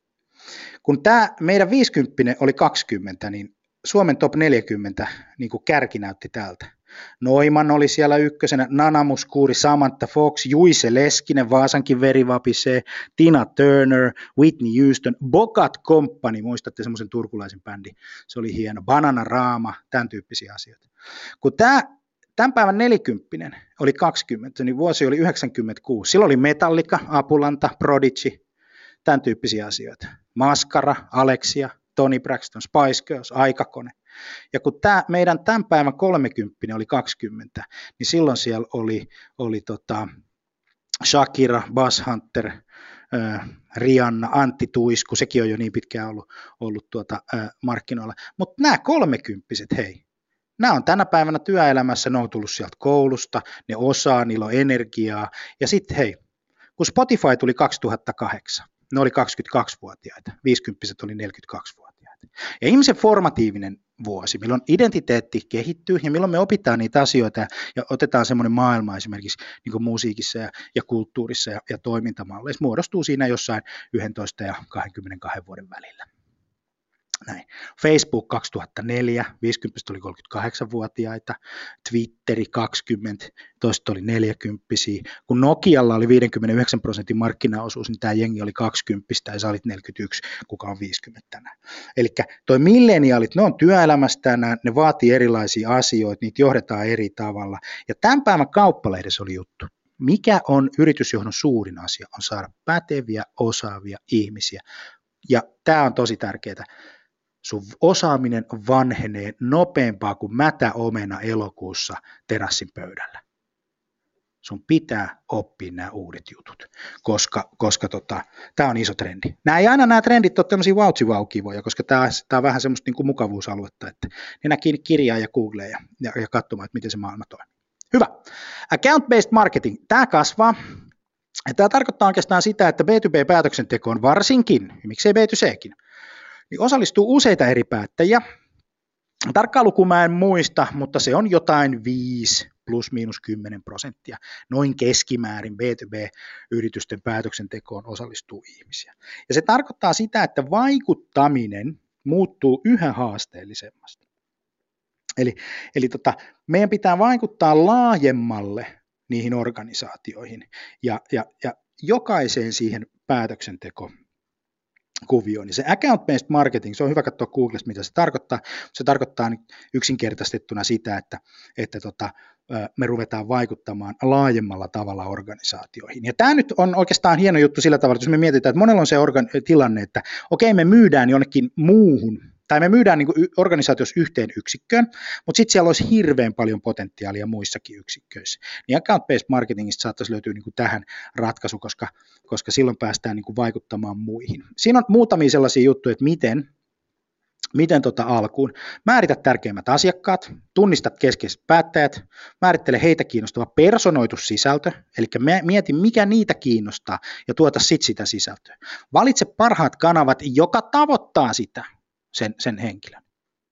Kun tämä meidän viisikymmentä oli kaksikymmentä, niin Suomen top neljäkymmentä niin kuin kärki näytti tältä. Noiman oli siellä ykkösenä, Nana Mouskouri, Samantha Fox, Juise Leskinen, Vaasankin veri vapisee, Tina Turner, Whitney Houston, Bocat Company, muistatte semmoisen turkulaisen bändin, se oli hieno, Banana Rama, tämän tyyppisiä asioita. Kun tämä tämän päivän neljäkymmentä oli kaksikymmentä, niin vuosi oli yhdeksänkymmentäkuusi, silloin oli Metallica, Apulanta, Prodigy, tämän tyyppisiä asioita, Mascara, Alexia, Toni Braxton, Spice Girls, Aikakone. Ja kun tämä meidän tämän päivän kolmekymmentä oli kaksikymmentä, niin silloin siellä oli, oli tota Shakira, Buzz Hunter, äh, Rihanna, Antti Tuisku, sekin on jo niin pitkään ollut, ollut tuota, äh, markkinoilla. Mutta nämä kolmekymppiset, hei, nämä on tänä päivänä työelämässä, ne on tullut sieltä koulusta, ne osaa, niillä on energiaa. Ja sitten hei, kun Spotify tuli kaksituhattakahdeksan, ne oli kaksikymmentäkaksivuotiaita, viisikymppiset oli neljäkymmentäkaksivuotiaita. Ja ihmisen formatiivinen vuosi, milloin identiteetti kehittyy ja milloin me opitaan niitä asioita ja otetaan semmoinen maailma esimerkiksi niin kuin musiikissa ja, ja kulttuurissa ja, ja toimintamalleissa, muodostuu siinä jossain yksitoista ja kaksikymmentäkaksi vuoden välillä. Näin. Facebook kaksituhattaneljä, viisikymmentä oli kolmekymmentäkahdeksanvuotiaita, Twitteri kaksikymmentä, toista oli neljäkymppisiä. Kun Nokialla oli viisikymmentäyhdeksän prosentin markkinaosuus, niin tämä jengi oli kaksikymmentä ja sä olit neljäkymmentäyksi, kuka on viisikymmentä tänään. Eli toi milleniaalit, ne on työelämässä tänään, ne vaatii erilaisia asioita, niitä johdetaan eri tavalla. Ja tämän päivän Kauppalehdessä oli juttu. Mikä on yritysjohdon suurin asia? On saada päteviä, osaavia ihmisiä. Ja tämä on tosi tärkeää. Sun osaaminen vanhenee nopeampaa kuin mätä omena elokuussa terassin pöydällä. sun pitää oppia nämä uudet jutut, koska, koska tota, tämä on iso trendi. Nämä ei aina nämä trendit ole tämmöisiä vautsivaukivoja, koska tämä, tämä on vähän semmoista niin kuin mukavuusaluetta, että nenä kiinni kirjaa ja googleen ja, ja, ja katsomaan, että miten se maailma toimii. Hyvä. Account-based marketing, tämä kasvaa. Ja tämä tarkoittaa oikeastaan sitä, että B to B-päätöksentekoon varsinkin, ja miksei B to C:kin, niin osallistuu useita eri päättäjiä. Tarkkaa lukua mä en muista, mutta se on jotain viisi plus miinus kymmenen prosenttia. Noin keskimäärin B to B-yritysten päätöksentekoon osallistuu ihmisiä. Ja se tarkoittaa sitä, että vaikuttaminen muuttuu yhä haasteellisemmasta. Eli, eli tota, meidän pitää vaikuttaa laajemmalle niihin organisaatioihin ja, ja, ja jokaiseen siihen päätöksentekokuvioon. Niin se account-based marketing, se on hyvä katsoa Googlesta, mitä se tarkoittaa. Se tarkoittaa yksinkertaistettuna sitä, että, että tota, me ruvetaan vaikuttamaan laajemmalla tavalla organisaatioihin. Ja tämä nyt on oikeastaan hieno juttu sillä tavalla, että jos me mietitään, että monella on se organ- tilanne, että okei, me myydään jonnekin muuhun, tai me myydään niin kuin organisaatiossa yhteen yksikköön, mutta sitten siellä olisi hirveän paljon potentiaalia muissakin yksiköissä. Niin account-based marketingista saattaisi löytyä niin kuin tähän ratkaisu, koska, koska silloin päästään niin kuin vaikuttamaan muihin. Siinä on muutamia sellaisia juttuja, että miten, miten tota alkuun. Määritä tärkeimmät asiakkaat, tunnistat keskeiset päättäjät, määrittele heitä kiinnostava personoitu sisältö, eli mieti mikä niitä kiinnostaa ja tuota sitten sitä sisältöä. Valitse parhaat kanavat, joka tavoittaa sitä. Sen, sen henkilön.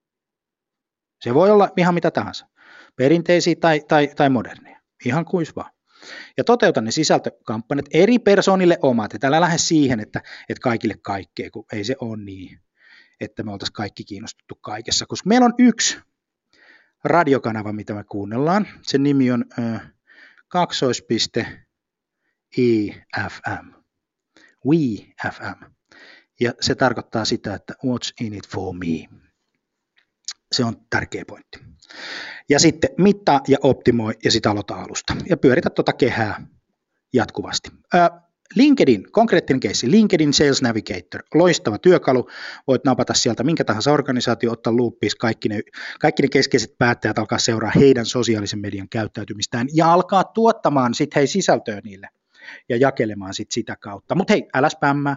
Se voi olla ihan mitä tahansa, perinteisiä tai, tai, tai moderneja, ihan kuis vaan. Ja toteuta ne sisältökampanjat eri persoonille omat, että älä lähde siihen, että, että kaikille kaikkea, kun ei se ole niin, että me oltaisiin kaikki kiinnostuttu kaikessa, koska meillä on yksi radiokanava, mitä me kuunnellaan, sen nimi on äh, kaksoispiste I F M, We F M. Ja se tarkoittaa sitä, että what's in it for me. Se on tärkeä pointti. Ja sitten mittaa ja optimoi ja sitä aloita alusta. Ja pyöritä tuota kehää jatkuvasti. Ää, LinkedIn, konkreettinen keissi. LinkedIn Sales Navigator, loistava työkalu. Voit napata sieltä minkä tahansa organisaatio, ottaa looppiin kaikki ne, kaikki ne keskeiset päättäjät, alkaa seuraa heidän sosiaalisen median käyttäytymistään ja alkaa tuottamaan sitten hei sisältöä niille ja jakelemaan sit sitä kautta. Mutta hei, älä spämmää.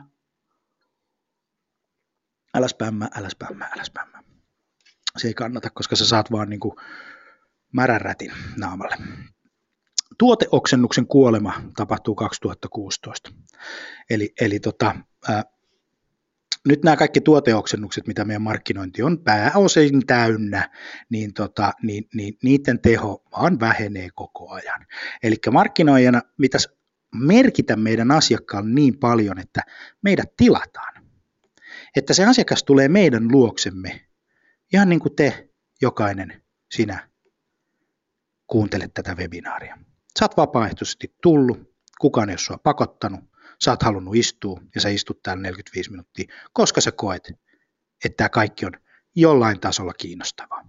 Älä spämmää, älä spämmää, älä spämmää. Se ei kannata, koska sä saat vaan niinku märän rätin naamalle. Tuoteoksennuksen kuolema tapahtuu kaksituhattakuusitoista. Eli, eli tota, ää, nyt nämä kaikki tuoteoksennukset, mitä meidän markkinointi on pääosin täynnä, niin, tota, niin, niin niiden teho vaan vähenee koko ajan. Eli markkinoijana pitäisi merkitä meidän asiakkaalle niin paljon, että meidät tilataan. Että se asiakas tulee meidän luoksemme, ihan niin kuin te, jokainen, sinä, kuuntelet tätä webinaaria. Sä oot vapaaehtoisesti tullut, kukaan ei ole sua pakottanut, sä oot halunnut istua ja sä istut täällä neljäkymmentäviisi minuuttia, koska sä koet, että tämä kaikki on jollain tasolla kiinnostavaa.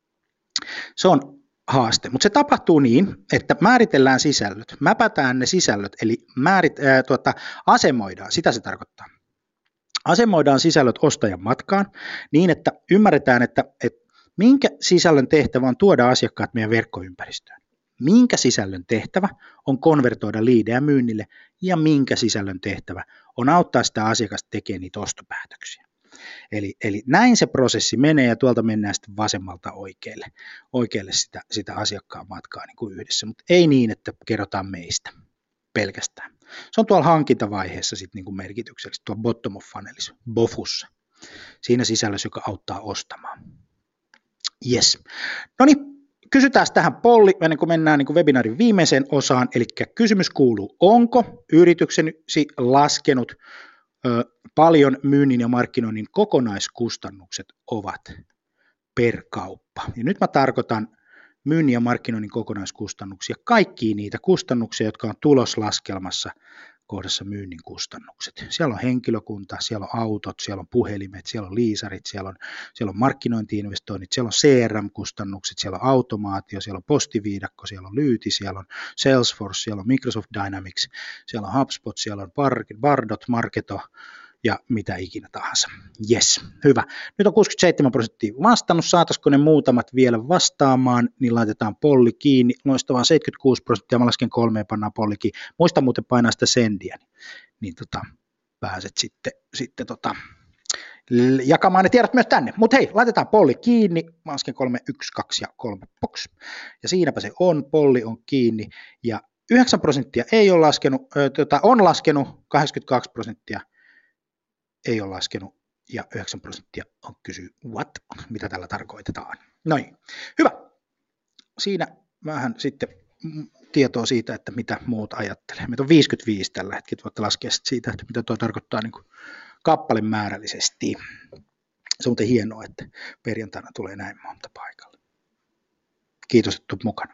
Se on haaste, mutta se tapahtuu niin, että määritellään sisällöt, mäpätään ne sisällöt, eli määrit, ää, tuota, asemoidaan, sitä se tarkoittaa. Asemoidaan sisällöt ostajan matkaan niin, että ymmärretään, että, että minkä sisällön tehtävä on tuoda asiakkaat meidän verkkoympäristöön. Minkä sisällön tehtävä on konvertoida liidejä myynnille ja minkä sisällön tehtävä on auttaa sitä asiakasta tekemään niitä ostopäätöksiä. Eli, eli näin se prosessi menee ja tuolta mennään sitten vasemmalta oikealle, oikealle sitä, sitä asiakkaan matkaa niin kuin yhdessä, mutta ei niin, että kerrotaan meistä pelkästään. Se on tuolla hankintavaiheessa sitten niin kuin merkityksellisesti, tuolla bottom of funnelissa, bofussa, siinä sisällössä, joka auttaa ostamaan. Yes. No niin, kysytään tähän polli, ennen kuin mennään niin kuin webinaarin viimeiseen osaan, eli kysymys kuuluu, onko yrityksesi laskenut ö, paljon myynnin ja markkinoinnin kokonaiskustannukset ovat per kauppa? Ja nyt mä tarkoitan myynnin ja markkinoinnin kokonaiskustannuksia, kaikkia niitä kustannuksia, jotka on tuloslaskelmassa kohdassa myynnin kustannukset. Siellä on henkilökunta, siellä on autot, siellä on puhelimet, siellä on liisarit, siellä on, siellä on markkinointi-investoinnit, siellä on C R M-kustannukset, siellä on automaatio, siellä on postiviidakko, siellä on Lyyti, siellä on Salesforce, siellä on Microsoft Dynamics, siellä on HubSpot, siellä on Bardot, Marketo, ja mitä ikinä tahansa. Yes, hyvä. Nyt on kuusikymmentäseitsemän prosenttia vastannut, saataisiko ne muutamat vielä vastaamaan, niin laitetaan polli kiinni. Loistavaa, seitsemänkymmentäkuusi prosenttia, mä lasken kolmeen, pannaan polli kiinni. Muista muuten painaa sitä sendiä, niin, niin tota, pääset sitten, sitten tota, jakamaan ne tiedot myös tänne. Mutta hei, laitetaan polli kiinni, mä lasken kolme, yksi, kaksi ja kolme, box. Ja siinäpä se on, polli on kiinni, ja yhdeksän prosenttia ei ole laskenut, ö, tota, on laskenut, kahdeksankymmentäkaksi prosenttia ei ole laskenut, ja yhdeksän prosenttia on kysynyt, what, mitä tällä tarkoitetaan. Noin, hyvä. Siinä vähän sitten tietoa siitä, että mitä muut ajattelee. Meitä on viisikymmentäviisi tällä hetkellä, voitte laskea siitä, että mitä tuo tarkoittaa niin kuin kappalemäärällisesti. Se on muuten hienoa, että perjantaina tulee näin monta paikalla. Kiitos, että tulet mukana.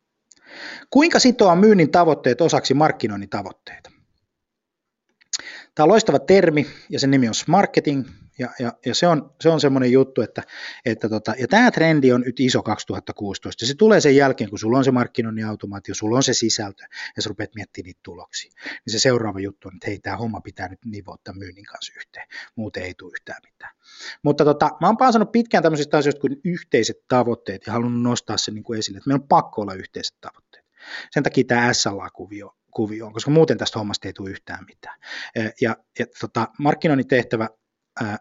Kuinka sitoa myynnin tavoitteet osaksi markkinoinnin tavoitteita? Tämä on loistava termi ja sen nimi on marketing ja, ja, ja se on, se on semmoinen juttu, että, että tota, ja tämä trendi on nyt iso kaksituhattakuusitoista. Se tulee sen jälkeen, kun sulla on se markkinoinnin automaatio, sulla on se sisältö ja sä rupeat miettimään niitä tuloksia. Niin se seuraava juttu on, että hei, tämä homma pitää nyt nivouttaa myynnin kanssa yhteen, muuten ei tule yhtään mitään. Mutta tota, mä oon paasannut pitkään tämmöisistä asioista kuin yhteiset tavoitteet ja halunnut nostaa sen niin kuin esille, että meillä on pakko olla yhteiset tavoitteet. Sen takia tämä S L A-kuvio kuvioon, koska muuten tästä hommasta ei tule yhtään mitään. Ja, ja tota, markkinoinnin tehtävä ää,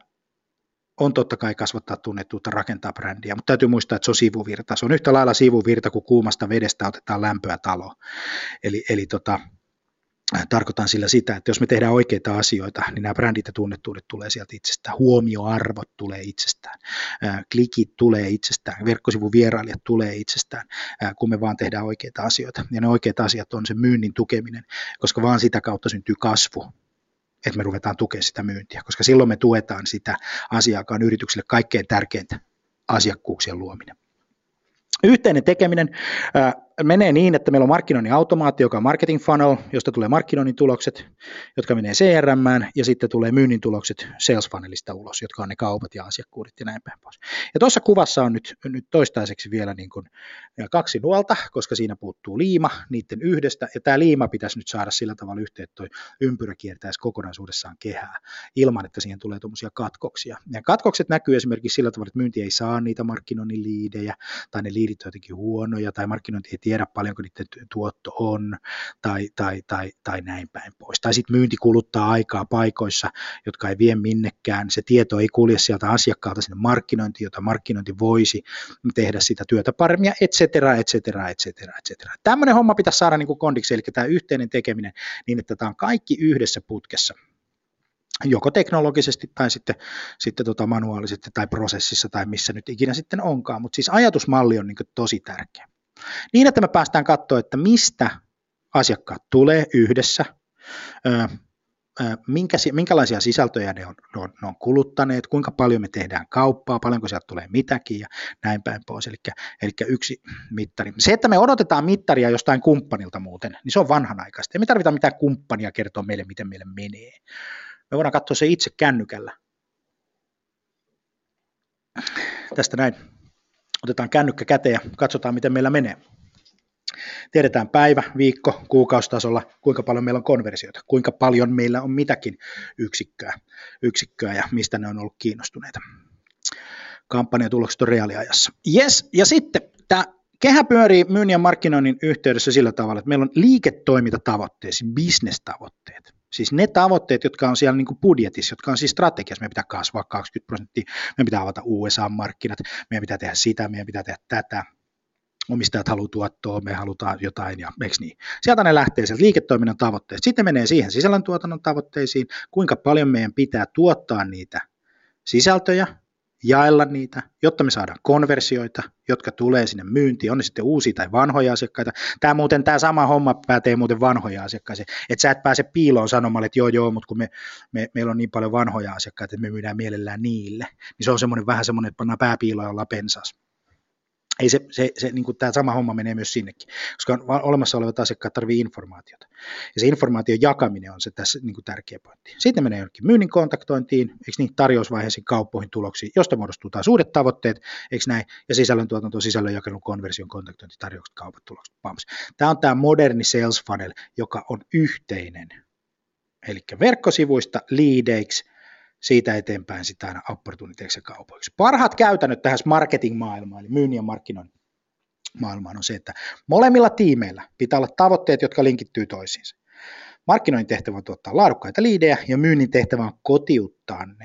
on totta kai kasvattaa tunnettuutta, rakentaa brändiä, mutta täytyy muistaa, että se on sivuvirta. Se on yhtä lailla sivuvirta, kuin kuumasta vedestä otetaan lämpöä taloon. Eli, eli tota, tarkoitan sillä sitä, että jos me tehdään oikeita asioita, niin nämä brändit ja tunnettuudet tulee sieltä itsestään, huomioarvot tulee itsestään, klikit tulee itsestään, verkkosivuvierailijat tulee itsestään, kun me vaan tehdään oikeita asioita. Ja ne oikeat asiat on se myynnin tukeminen, koska vaan sitä kautta syntyy kasvu, että me ruvetaan tukemaan sitä myyntiä, koska silloin me tuetaan sitä asiakkaan yritykselle kaikkein tärkeintä, asiakkuuksien luominen. Yhteinen tekeminen ää, menee niin, että meillä on markkinoinnin automaatio, joka on marketing funnel, josta tulee markkinoinnin tulokset, jotka menee C R M:ään, ja sitten tulee myynnin tulokset sales funnelista ulos, jotka on ne kaupat ja asiakkuudet ja näin päin pois. Ja tuossa kuvassa on nyt, nyt toistaiseksi vielä niin kuin kaksi nuolta, koska siinä puuttuu liima niiden yhdestä, ja tämä liima pitäisi nyt saada sillä tavalla yhteen, että tuo ympyrä kiertäisi kokonaisuudessaan kehää, ilman että siihen tulee tuommoisia katkoksia. Ja katkokset näkyy esimerkiksi sillä tavalla, että myynti ei saa niitä markkinoinnin liidejä, tai ne liidit on jotenkin huonoja, tai markkinointi ei tiedä paljonko niiden tuotto on, tai, tai, tai, tai näin päin pois. Tai sitten myynti kuluttaa aikaa paikoissa, jotka ei vie minnekään, se tieto ei kulje sieltä asiakkaalta sinne markkinointiin, jota markkinointi voisi tehdä sitä työtä paremmin, et cetera, et cetera, et cetera, et cetera. Tämmöinen homma pitäisi saada niin kuin kondiksi, eli tämä yhteinen tekeminen, niin että tämä on kaikki yhdessä putkessa, joko teknologisesti tai sitten, sitten tota manuaalisesti tai prosessissa tai missä nyt ikinä sitten onkaan, mutta siis ajatusmalli on niin kuin tosi tärkeä. Niin, että me päästään katsoa, että mistä asiakkaat tulee yhdessä, minkä, minkälaisia sisältöjä ne on, ne, on, ne on kuluttaneet, kuinka paljon me tehdään kauppaa, paljonko sieltä tulee mitäkin ja näin päin pois, eli, eli yksi mittari. Se, että me odotetaan mittaria jostain kumppanilta muuten, niin se on vanhanaikaista. Ei me tarvita mitään kumppania kertoa meille, miten meille menee. Me voidaan katsoa se itse kännykällä. Tästä näin. Otetaan kännykkä käteen ja katsotaan, miten meillä menee. Tiedetään päivä, viikko, kuukausitasolla, kuinka paljon meillä on konversioita, kuinka paljon meillä on mitäkin yksikköä, yksikköä ja mistä ne on ollut kiinnostuneita. Kampanjatulokset on reaaliajassa. Yes, ja sitten tämä kehä pyörii myynnin ja markkinoinnin yhteydessä sillä tavalla, että meillä on liiketoimintatavoitteet, siis business-tavoitteet. Siis ne tavoitteet, jotka on siellä niin kuin budjetissa, jotka on siis strategiassa, meidän pitää kasvaa kaksikymmentä prosenttia, meidän pitää avata U S A-markkinat, meidän pitää tehdä sitä, meidän pitää tehdä tätä, omistajat haluaa tuottoa, me halutaan jotain, ja eikö niin? Sieltä ne lähtee sieltä liiketoiminnan tavoitteista. Sitten menee siihen sisällöntuotannon tavoitteisiin, kuinka paljon meidän pitää tuottaa niitä sisältöjä, jaella niitä, jotta me saadaan konversioita, jotka tulee sinne myyntiin, on ne sitten uusia tai vanhoja asiakkaita. Tämä muuten, tämä sama homma pätee muuten vanhoja asiakkaita, että sä et pääse piiloon sanomaan, että joo joo, mutta kun me, me, meillä on niin paljon vanhoja asiakkaita, että me myydään mielellään niille, niin se on semmoinen vähän semmoinen, että pannaan pääpiiloon ja ollaan pensas. Ei se, se, se niin kuin tämä sama homma menee myös sinnekin, koska olemassa olevat asiakkaat tarvitsevat informaatiota. Ja se informaation jakaminen on se tässä niin kuin tärkeä pointti. Sitten menee jonnekin myynnin kontaktointiin, eikö niin, tarjousvaiheisiin, kauppoihin, tuloksiin, josta muodostuu taas uudet tavoitteet, eikö näin, ja sisällöntuotanto, sisällönjakelu, konversion, kontaktointi, tarjoukset, kaupat, tulokset, pams. Tämä on tämä moderni sales funnel, joka on yhteinen. Eli verkkosivuista liideiksi siitä eteenpäin sitä aina opportuniteiksi ja kaupoiksi. Parhaat käytännöt tähän marketing-maailmaan, eli myynnin ja markkinoinnin maailmaan on se, että molemmilla tiimeillä pitää olla tavoitteet, jotka linkittyy toisiinsa. Markkinoinnin tehtävä on tuottaa laadukkaita liidejä ja myynnin tehtävä on kotiuttaa ne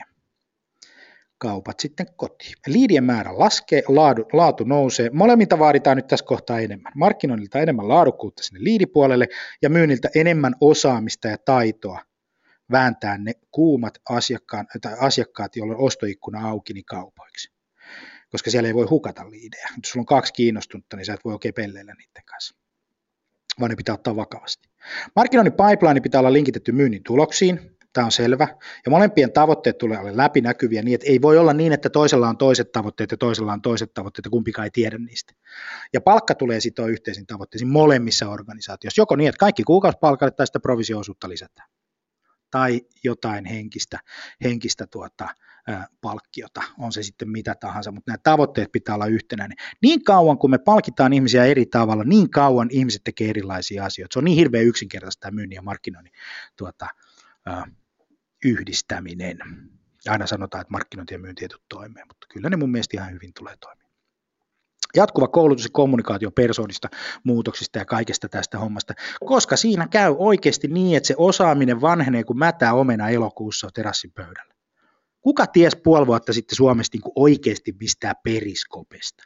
kaupat sitten kotiin. Liidien määrä laskee, laadu, laatu nousee. Molemmilta vaaditaan nyt tässä kohtaa enemmän. Markkinoinnilta enemmän laadukkuutta sinne liidipuolelle ja myynniltä enemmän osaamista ja taitoa vääntää ne kuumat asiakkaat, tai asiakkaat, joilla on ostoikkuna auki, niin kaupoiksi. Koska siellä ei voi hukata liidejä. Jos sulla on kaksi kiinnostunutta, niin sä et voi oikein pelleillä niiden kanssa, vaan ne pitää ottaa vakavasti. Markkinoinnin pipeline pitää olla linkitetty myynnin tuloksiin. Tämä on selvä. Ja molempien tavoitteet tulee olla läpinäkyviä niin, että ei voi olla niin, että toisella on toiset tavoitteet ja toisella on toiset tavoitteet ja kumpikaan ei tiedä niistä. Ja palkka tulee sitoa yhteisiin tavoitteisiin molemmissa organisaatioissa. Joko niin, että kaikki kuukausipalkalle tai sitä provisioosuutta lisätään. Tai jotain henkistä, henkistä tuota, ää, palkkiota, on se sitten mitä tahansa, mutta nämä tavoitteet pitää olla yhtenäinen. Niin kauan kun me palkitaan ihmisiä eri tavalla, niin kauan ihmiset tekee erilaisia asioita. Se on niin hirveän yksinkertaista tämä myynnin ja markkinoinnin tuota, ää, yhdistäminen. Aina sanotaan, että markkinointi ja myynti ei tule toimeen, mutta kyllä ne mun mielestä ihan hyvin tulee toimeen. Jatkuva koulutus ja kommunikaatio persoonista, muutoksista ja kaikesta tästä hommasta, koska siinä käy oikeasti niin, että se osaaminen vanhenee kuin mätää omena elokuussa terassin pöydällä. Kuka ties puoli vuotta sitten Suomesta niin kuin oikeasti mistään periskopesta?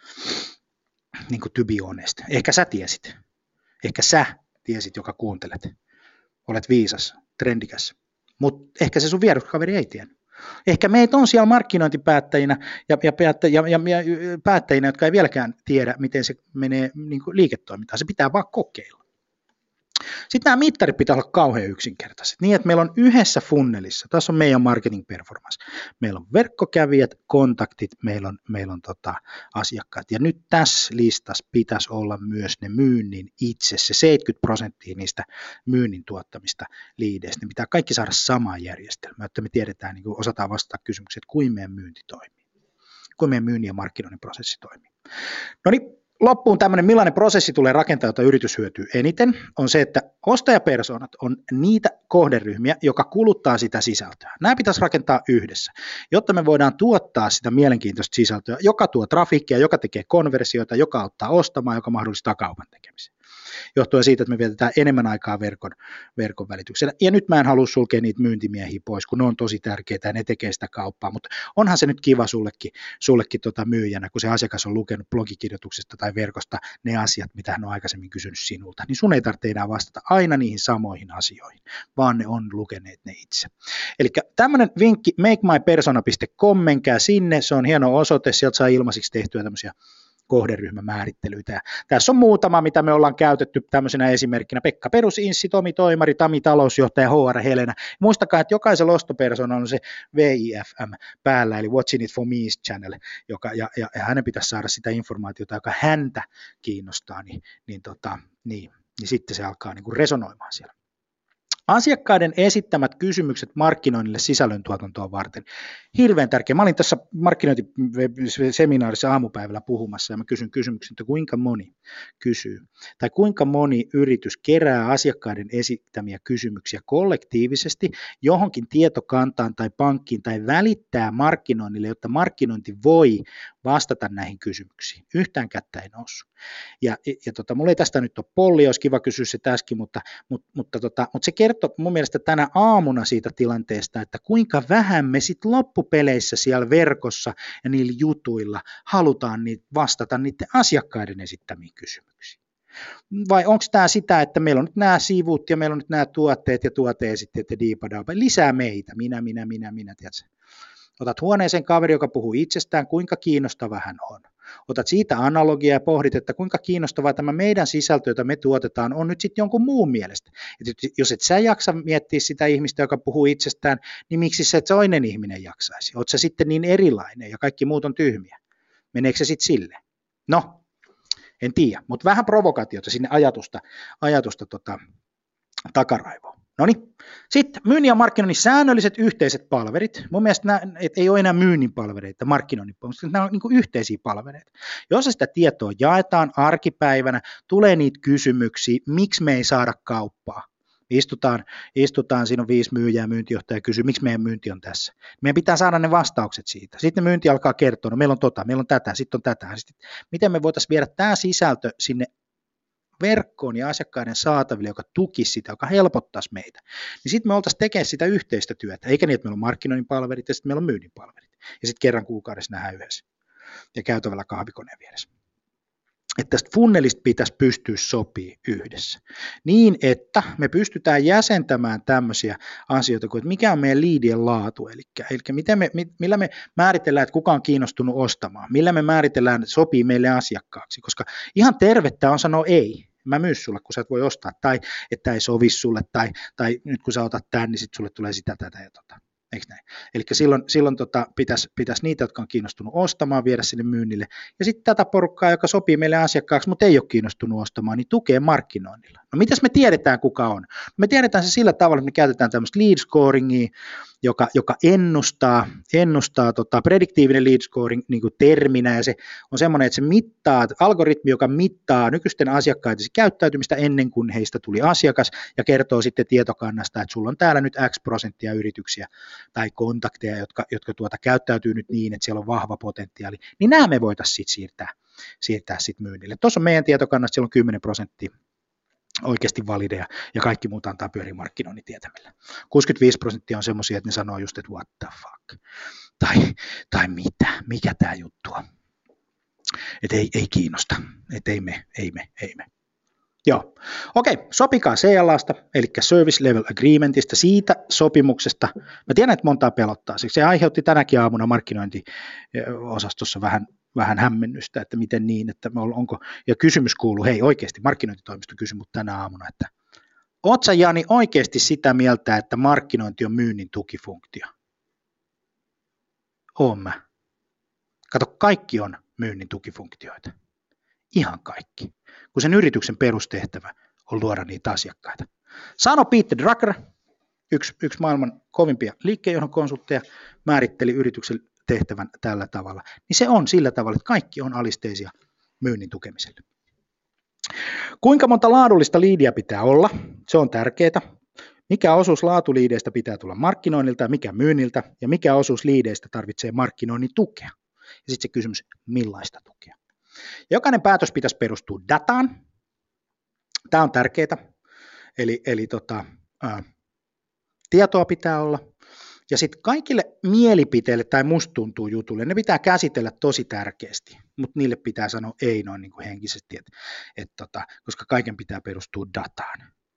Niin kuin to be honest. Ehkä sä tiesit. Ehkä sä tiesit, joka kuuntelet. Olet viisas, trendikäs. Mutta ehkä se sun vieruskaveri ei tiennyt. Ehkä meitä on siellä markkinointipäättäjinä ja, ja, päättä, ja, ja, ja päättäjinä, jotka ei vieläkään tiedä, miten se menee niin kuin liiketoimintaan. Se pitää vaan kokeilla. Sitten nämä mittarit pitää olla kauhean yksinkertaiset, niin että meillä on yhdessä funnelissa, tässä on meidän marketing performance, meillä on verkkokävijät, kontaktit, meillä on, meillä on tota, asiakkaat, ja nyt tässä listassa pitäisi olla myös ne myynnin itse, se seitsemänkymmentä prosenttia niistä myynnin tuottamista liideistä, ne pitää kaikki saada samaan järjestelmään, että me tiedetään, niin kuin osataan vastata kysymyksiin, että kuinka meidän myynti toimii, kuinka meidän myynnin ja markkinoinnin prosessi toimii. No niin, loppuun tämmöinen, millainen prosessi tulee rakentaa, jota yritys hyötyy eniten, on se, että ostajapersoonat on niitä kohderyhmiä, joka kuluttaa sitä sisältöä. Nämä pitäisi rakentaa yhdessä, jotta me voidaan tuottaa sitä mielenkiintoista sisältöä, joka tuo trafiikkia, joka tekee konversioita, joka auttaa ostamaan, joka mahdollistaa kaupan tekemisen. Johtuen siitä, että me vietetään enemmän aikaa verkon, verkon välityksellä. Ja nyt mä en halua sulkea niitä myyntimiehiä pois, kun ne on tosi tärkeitä ja ne tekee sitä kauppaa, mutta onhan se nyt kiva sullekin, sullekin tota myyjänä, kun se asiakas on lukenut blogikirjoituksesta tai verkosta ne asiat, mitä hän on aikaisemmin kysynyt sinulta, niin sun ei tarvitse enää vastata aina niihin samoihin asioihin, vaan ne on lukeneet ne itse. Eli tämmöinen vinkki, make my persona piste com, menkää sinne, se on hieno osoite, sieltä saa ilmaisiksi tehtyä tämmöisiä kohderyhmämäärittelyitä. Ja tässä on muutama, mitä me ollaan käytetty tämmöisenä esimerkkinä. Pekka Perusinssi, Tomi Toimari, Tami talousjohtaja, H R Helena. Muistakaa, että jokaisella ostopersonalla on se V I F M päällä, eli Watching It For Me channel, joka, ja, ja, ja hänen pitäisi saada sitä informaatiota, joka häntä kiinnostaa, niin, niin, tota, niin, niin sitten se alkaa niin kuin resonoimaan siellä. Asiakkaiden esittämät kysymykset markkinoinnille sisällöntuotantoa varten. Hirveän tärkeä. Mä olin tässä markkinointiseminaarissa aamupäivällä puhumassa ja mä kysyn kysymyksen, että kuinka moni kysyy tai kuinka moni yritys kerää asiakkaiden esittämiä kysymyksiä kollektiivisesti johonkin tietokantaan tai pankkiin tai välittää markkinoinnille, jotta markkinointi voi vastata näihin kysymyksiin. Yhtään kättä ei noussut. Ja, ja tota, mulla ei tästä nyt ole pollia, olisi kiva kysyä se tässäkin, mutta, mutta, mutta, tota, mutta se kertoo mun mielestä tänä aamuna siitä tilanteesta, että kuinka vähän me sitten loppupeleissä siellä verkossa ja niillä jutuilla halutaan niitä vastata niiden asiakkaiden esittämiin kysymyksiin. Vai onko tämä sitä, että meillä on nyt nämä sivut ja meillä on nyt nämä tuotteet ja tuoteesitteet ja diipadaupa, lisää meitä, minä, minä, minä, minä, tiedätkö? Otat huoneeseen kaveri, joka puhuu itsestään, kuinka kiinnostava hän on. Otat siitä analogiaa ja pohdit, että kuinka kiinnostavaa tämä meidän sisältö, jota me tuotetaan, on nyt sitten jonkun muun mielestä. Et jos et sä jaksa miettiä sitä ihmistä, joka puhuu itsestään, niin miksi se toinen ihminen jaksaisi? Oot sä sitten niin erilainen ja kaikki muut on tyhmiä? Meneekö se sitten sille? No, en tiedä, mutta vähän provokaatiota sinne ajatusta, ajatusta tota, takaraivoon. No niin, sitten myynnin ja markkinoinnin säännölliset yhteiset palverit. Mun mielestä nämä et ei ole enää myynnin palvereita, markkinoinnin palvereita, nämä on niin kuin yhteisiä palvereita. Jos sitä tietoa jaetaan arkipäivänä, tulee niitä kysymyksiä, miksi me ei saada kauppaa. Istutaan, istutaan, siinä on viisi myyjää, myyntijohtaja kysyy, miksi meidän myynti on tässä. Meidän pitää saada ne vastaukset siitä. Sitten myynti alkaa kertoa, no meillä on tota, meillä on tätä, sitten on tätä. Sitten, miten me voitaisiin viedä tämä sisältö sinne verkkoon ja asiakkaiden saataville, joka tukisi sitä, joka helpottaisi meitä. Niin sitten me oltaisiin tekemään sitä yhteistä työtä, eikä niin, että meillä on markkinoinnin palvelit ja sitten meillä on myynnin palvelit. Ja sitten kerran kuukaudessa nähdään yhdessä ja käytävällä kahvikoneen vieressä. Että tästä funnelista pitäisi pystyä sopii yhdessä. Niin, että me pystytään jäsentämään tämmöisiä asioita kuin, että mikä on meidän liidien laatu, eli, eli miten me, millä me määritellään, että kuka on kiinnostunut ostamaan, millä me määritellään, että sopii meille asiakkaaksi, koska ihan tervettä on sanoa ei. Mä myy sulle, kun sä et voi ostaa, tai että ei sovi sulle, tai, tai nyt kun sä otat tämän, niin sitten sulle tulee sitä, tätä ja tota. Eikö näin? Eli silloin, silloin tota, pitäisi, pitäisi niitä, jotka on kiinnostunut ostamaan, viedä sinne myynnille. Ja sitten tätä porukkaa, joka sopii meille asiakkaaksi, mutta ei ole kiinnostunut ostamaan, niin tukee markkinoinnilla. No mitäs me tiedetään, kuka on? Me tiedetään se sillä tavalla, että me käytetään tämmöistä lead scoringia, joka, joka ennustaa, ennustaa tota, prediktiivinen lead scoring niin kuin terminä, ja se on semmoinen, että se mittaa, algoritmi, joka mittaa nykyisten asiakkaiden käyttäytymistä ennen kuin heistä tuli asiakas, ja kertoo sitten tietokannasta, että sulla on täällä nyt X prosenttia yrityksiä tai kontakteja, jotka, jotka tuota, käyttäytyy nyt niin, että siellä on vahva potentiaali, niin nämä me voitaisiin sitten siirtää, siirtää sit myynnille. Tuossa on meidän tietokannasta, siellä on kymmenen prosenttia oikeasti valideja, ja kaikki muut antaa pyöriä markkinoinnin tietämillä. kuusikymmentäviisi prosenttia on semmoisia, että ne sanoo just, että what the fuck, tai, tai mitä, mikä tämä juttu on. Että ei, ei kiinnosta, että ei me, ei me, ei me. Joo, okei, sopikaa C L A:sta, eli Service Level Agreementista, siitä sopimuksesta. Mä tiedän, että montaa pelottaa, siksi se aiheutti tänäkin aamuna markkinointiosastossa vähän, vähän hämmennystä, että miten niin, että onko, ja kysymys kuuluu, hei oikeasti, markkinointitoimisto kysyi mut tänä aamuna, että oot sä Jani oikeasti sitä mieltä, että markkinointi on myynnin tukifunktio? Oon mä. Kato, kaikki on myynnin tukifunktioita. Ihan kaikki. Kun sen yrityksen perustehtävä on luoda niitä asiakkaita. Sano Peter Drucker, yksi, yksi maailman kovimpia liikkeenjohdon konsultteja, määritteli yrityksen tehtävän tällä tavalla. Niin se on sillä tavalla, että kaikki on alisteisia myynnin tukemiselle. Kuinka monta laadullista liidiä pitää olla? Se on tärkeää. Mikä osuus laatuliideistä pitää tulla markkinoinnilta ja mikä myynniltä, ja mikä osuus liideistä tarvitsee markkinoinnin tukea. Ja sitten se kysymys, millaista tukea. Jokainen päätös pitäisi perustua dataan. Tämä on tärkeää. Eli, eli tota, ää, tietoa pitää olla. Ja sitten kaikille mielipiteille tai musta tuntuu jutulle, ne pitää käsitellä tosi tärkeästi, mutta niille pitää sanoa ei noin niin kuin henkisesti, et, et tota, koska kaiken pitää perustua dataan.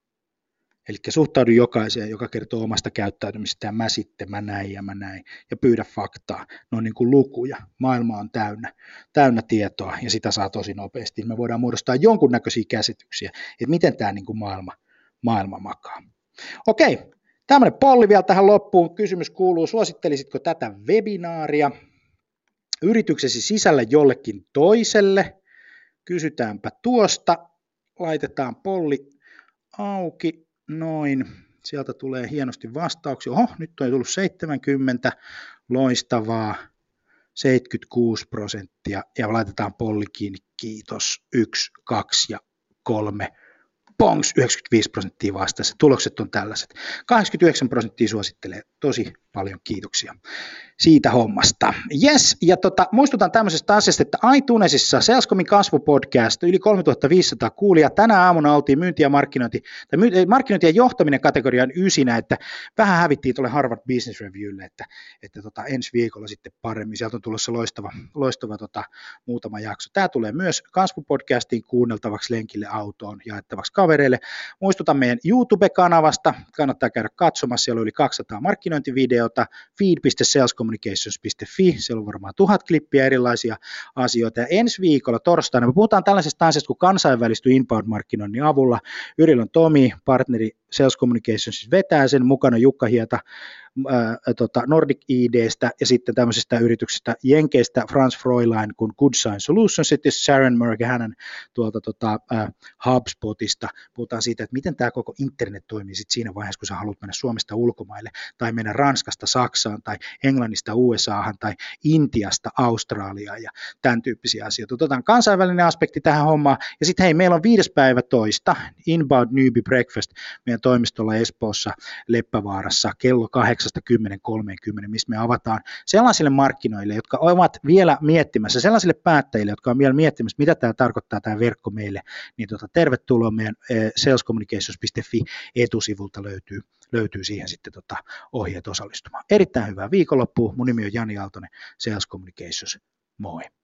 Eli suhtaudu jokaiseen, joka kertoo omasta käyttäytymistään, mä sitten, mä näin ja mä näin, ja pyydä faktaa. Ne on niin kuin lukuja. Maailma on täynnä, täynnä tietoa, ja sitä saa tosi nopeasti. Me voidaan muodostaa jonkunnäköisiä käsityksiä, että miten tämä niin kuin maailma, maailma makaa. Okei, tämmöinen polli vielä tähän loppuun. Kysymys kuuluu, suosittelisitko tätä webinaaria yrityksesi sisällä jollekin toiselle? Kysytäänpä tuosta. Laitetaan polli auki. Noin, sieltä tulee hienosti vastauksia. Oho, nyt on tullut seitsemänkymmentä, loistavaa, seitsemänkymmentäkuusi prosenttia, ja laitetaan polli kiinni, kiitos, yksi, kaksi ja kolme, pongs, yhdeksänkymmentäviisi prosenttia vastassa, tulokset on tällaiset. kahdeksankymmentäyhdeksän prosenttia suosittelee, tosi paljon kiitoksia siitä hommasta. Yes, ja tota, muistutan tämmöisestä asiasta, että iTunesissa Salescomin kasvupodcast, yli kolmetuhattaviisisataa kuulijaa, tänä aamuna oltiin myynti ja markkinointi, tai myynti, markkinointi ja johtaminen kategorian ysinä, että vähän hävittiin tuolle Harvard Business Reviewlle, että, että tota, ensi viikolla sitten paremmin, sieltä on tulossa loistava, loistava tota, muutama jakso. Tämä tulee myös kasvupodcastiin kuunneltavaksi lenkille autoon, jaettavaksi kavereille. Muistutan meidän YouTube-kanavasta, kannattaa käydä katsomassa, siellä on yli kaksisataa markkinointivideota, feed piste salescommunications piste fi, siellä on varmaan tuhat klippiä erilaisia asioita, ja ensi viikolla torstaina me puhutaan tällaisesta asiasta, kun kansainvälistyy inbound-markkinoinnin avulla. Yrilön Tomi, partneri Sales Communications, vetää sen, mukana Jukka Hieta, ää, tota Nordic I D:stä ja sitten tämmöisestä yrityksestä Jenkeistä Franz Fräulein kuin Good Sign Solutions, sitten Sharon Murgahanan tuolta tota, ää, HubSpotista. Puhutaan siitä, että miten tämä koko internet toimii sit siinä vaiheessa, kun sä haluat mennä Suomesta ulkomaille tai mennä Ranskasta Saksaan tai Englannista U S Ahan tai Intiasta Australiaan ja tämän tyyppisiä asioita. Otetaan kansainvälinen aspekti tähän hommaan ja sitten hei, meillä on viides päivä toista Inbound Newbie Breakfast meidän toimistolla Espoossa Leppävaarassa kello kahdeksasta kymmeneen kolmeenkymmeneen, missä me avataan sellaisille markkinoille, jotka ovat vielä miettimässä, sellaisille päättäjille, jotka on vielä miettimässä, mitä tämä tarkoittaa tämä verkko meille, niin tota, tervetuloa meidän sales communications piste fi etusivulta löytyy, löytyy siihen sitten tota, ohjeet osallistumaan. Erittäin hyvää viikonloppua. Mun nimi on Jani Aaltonen, Sales Communications. Moi.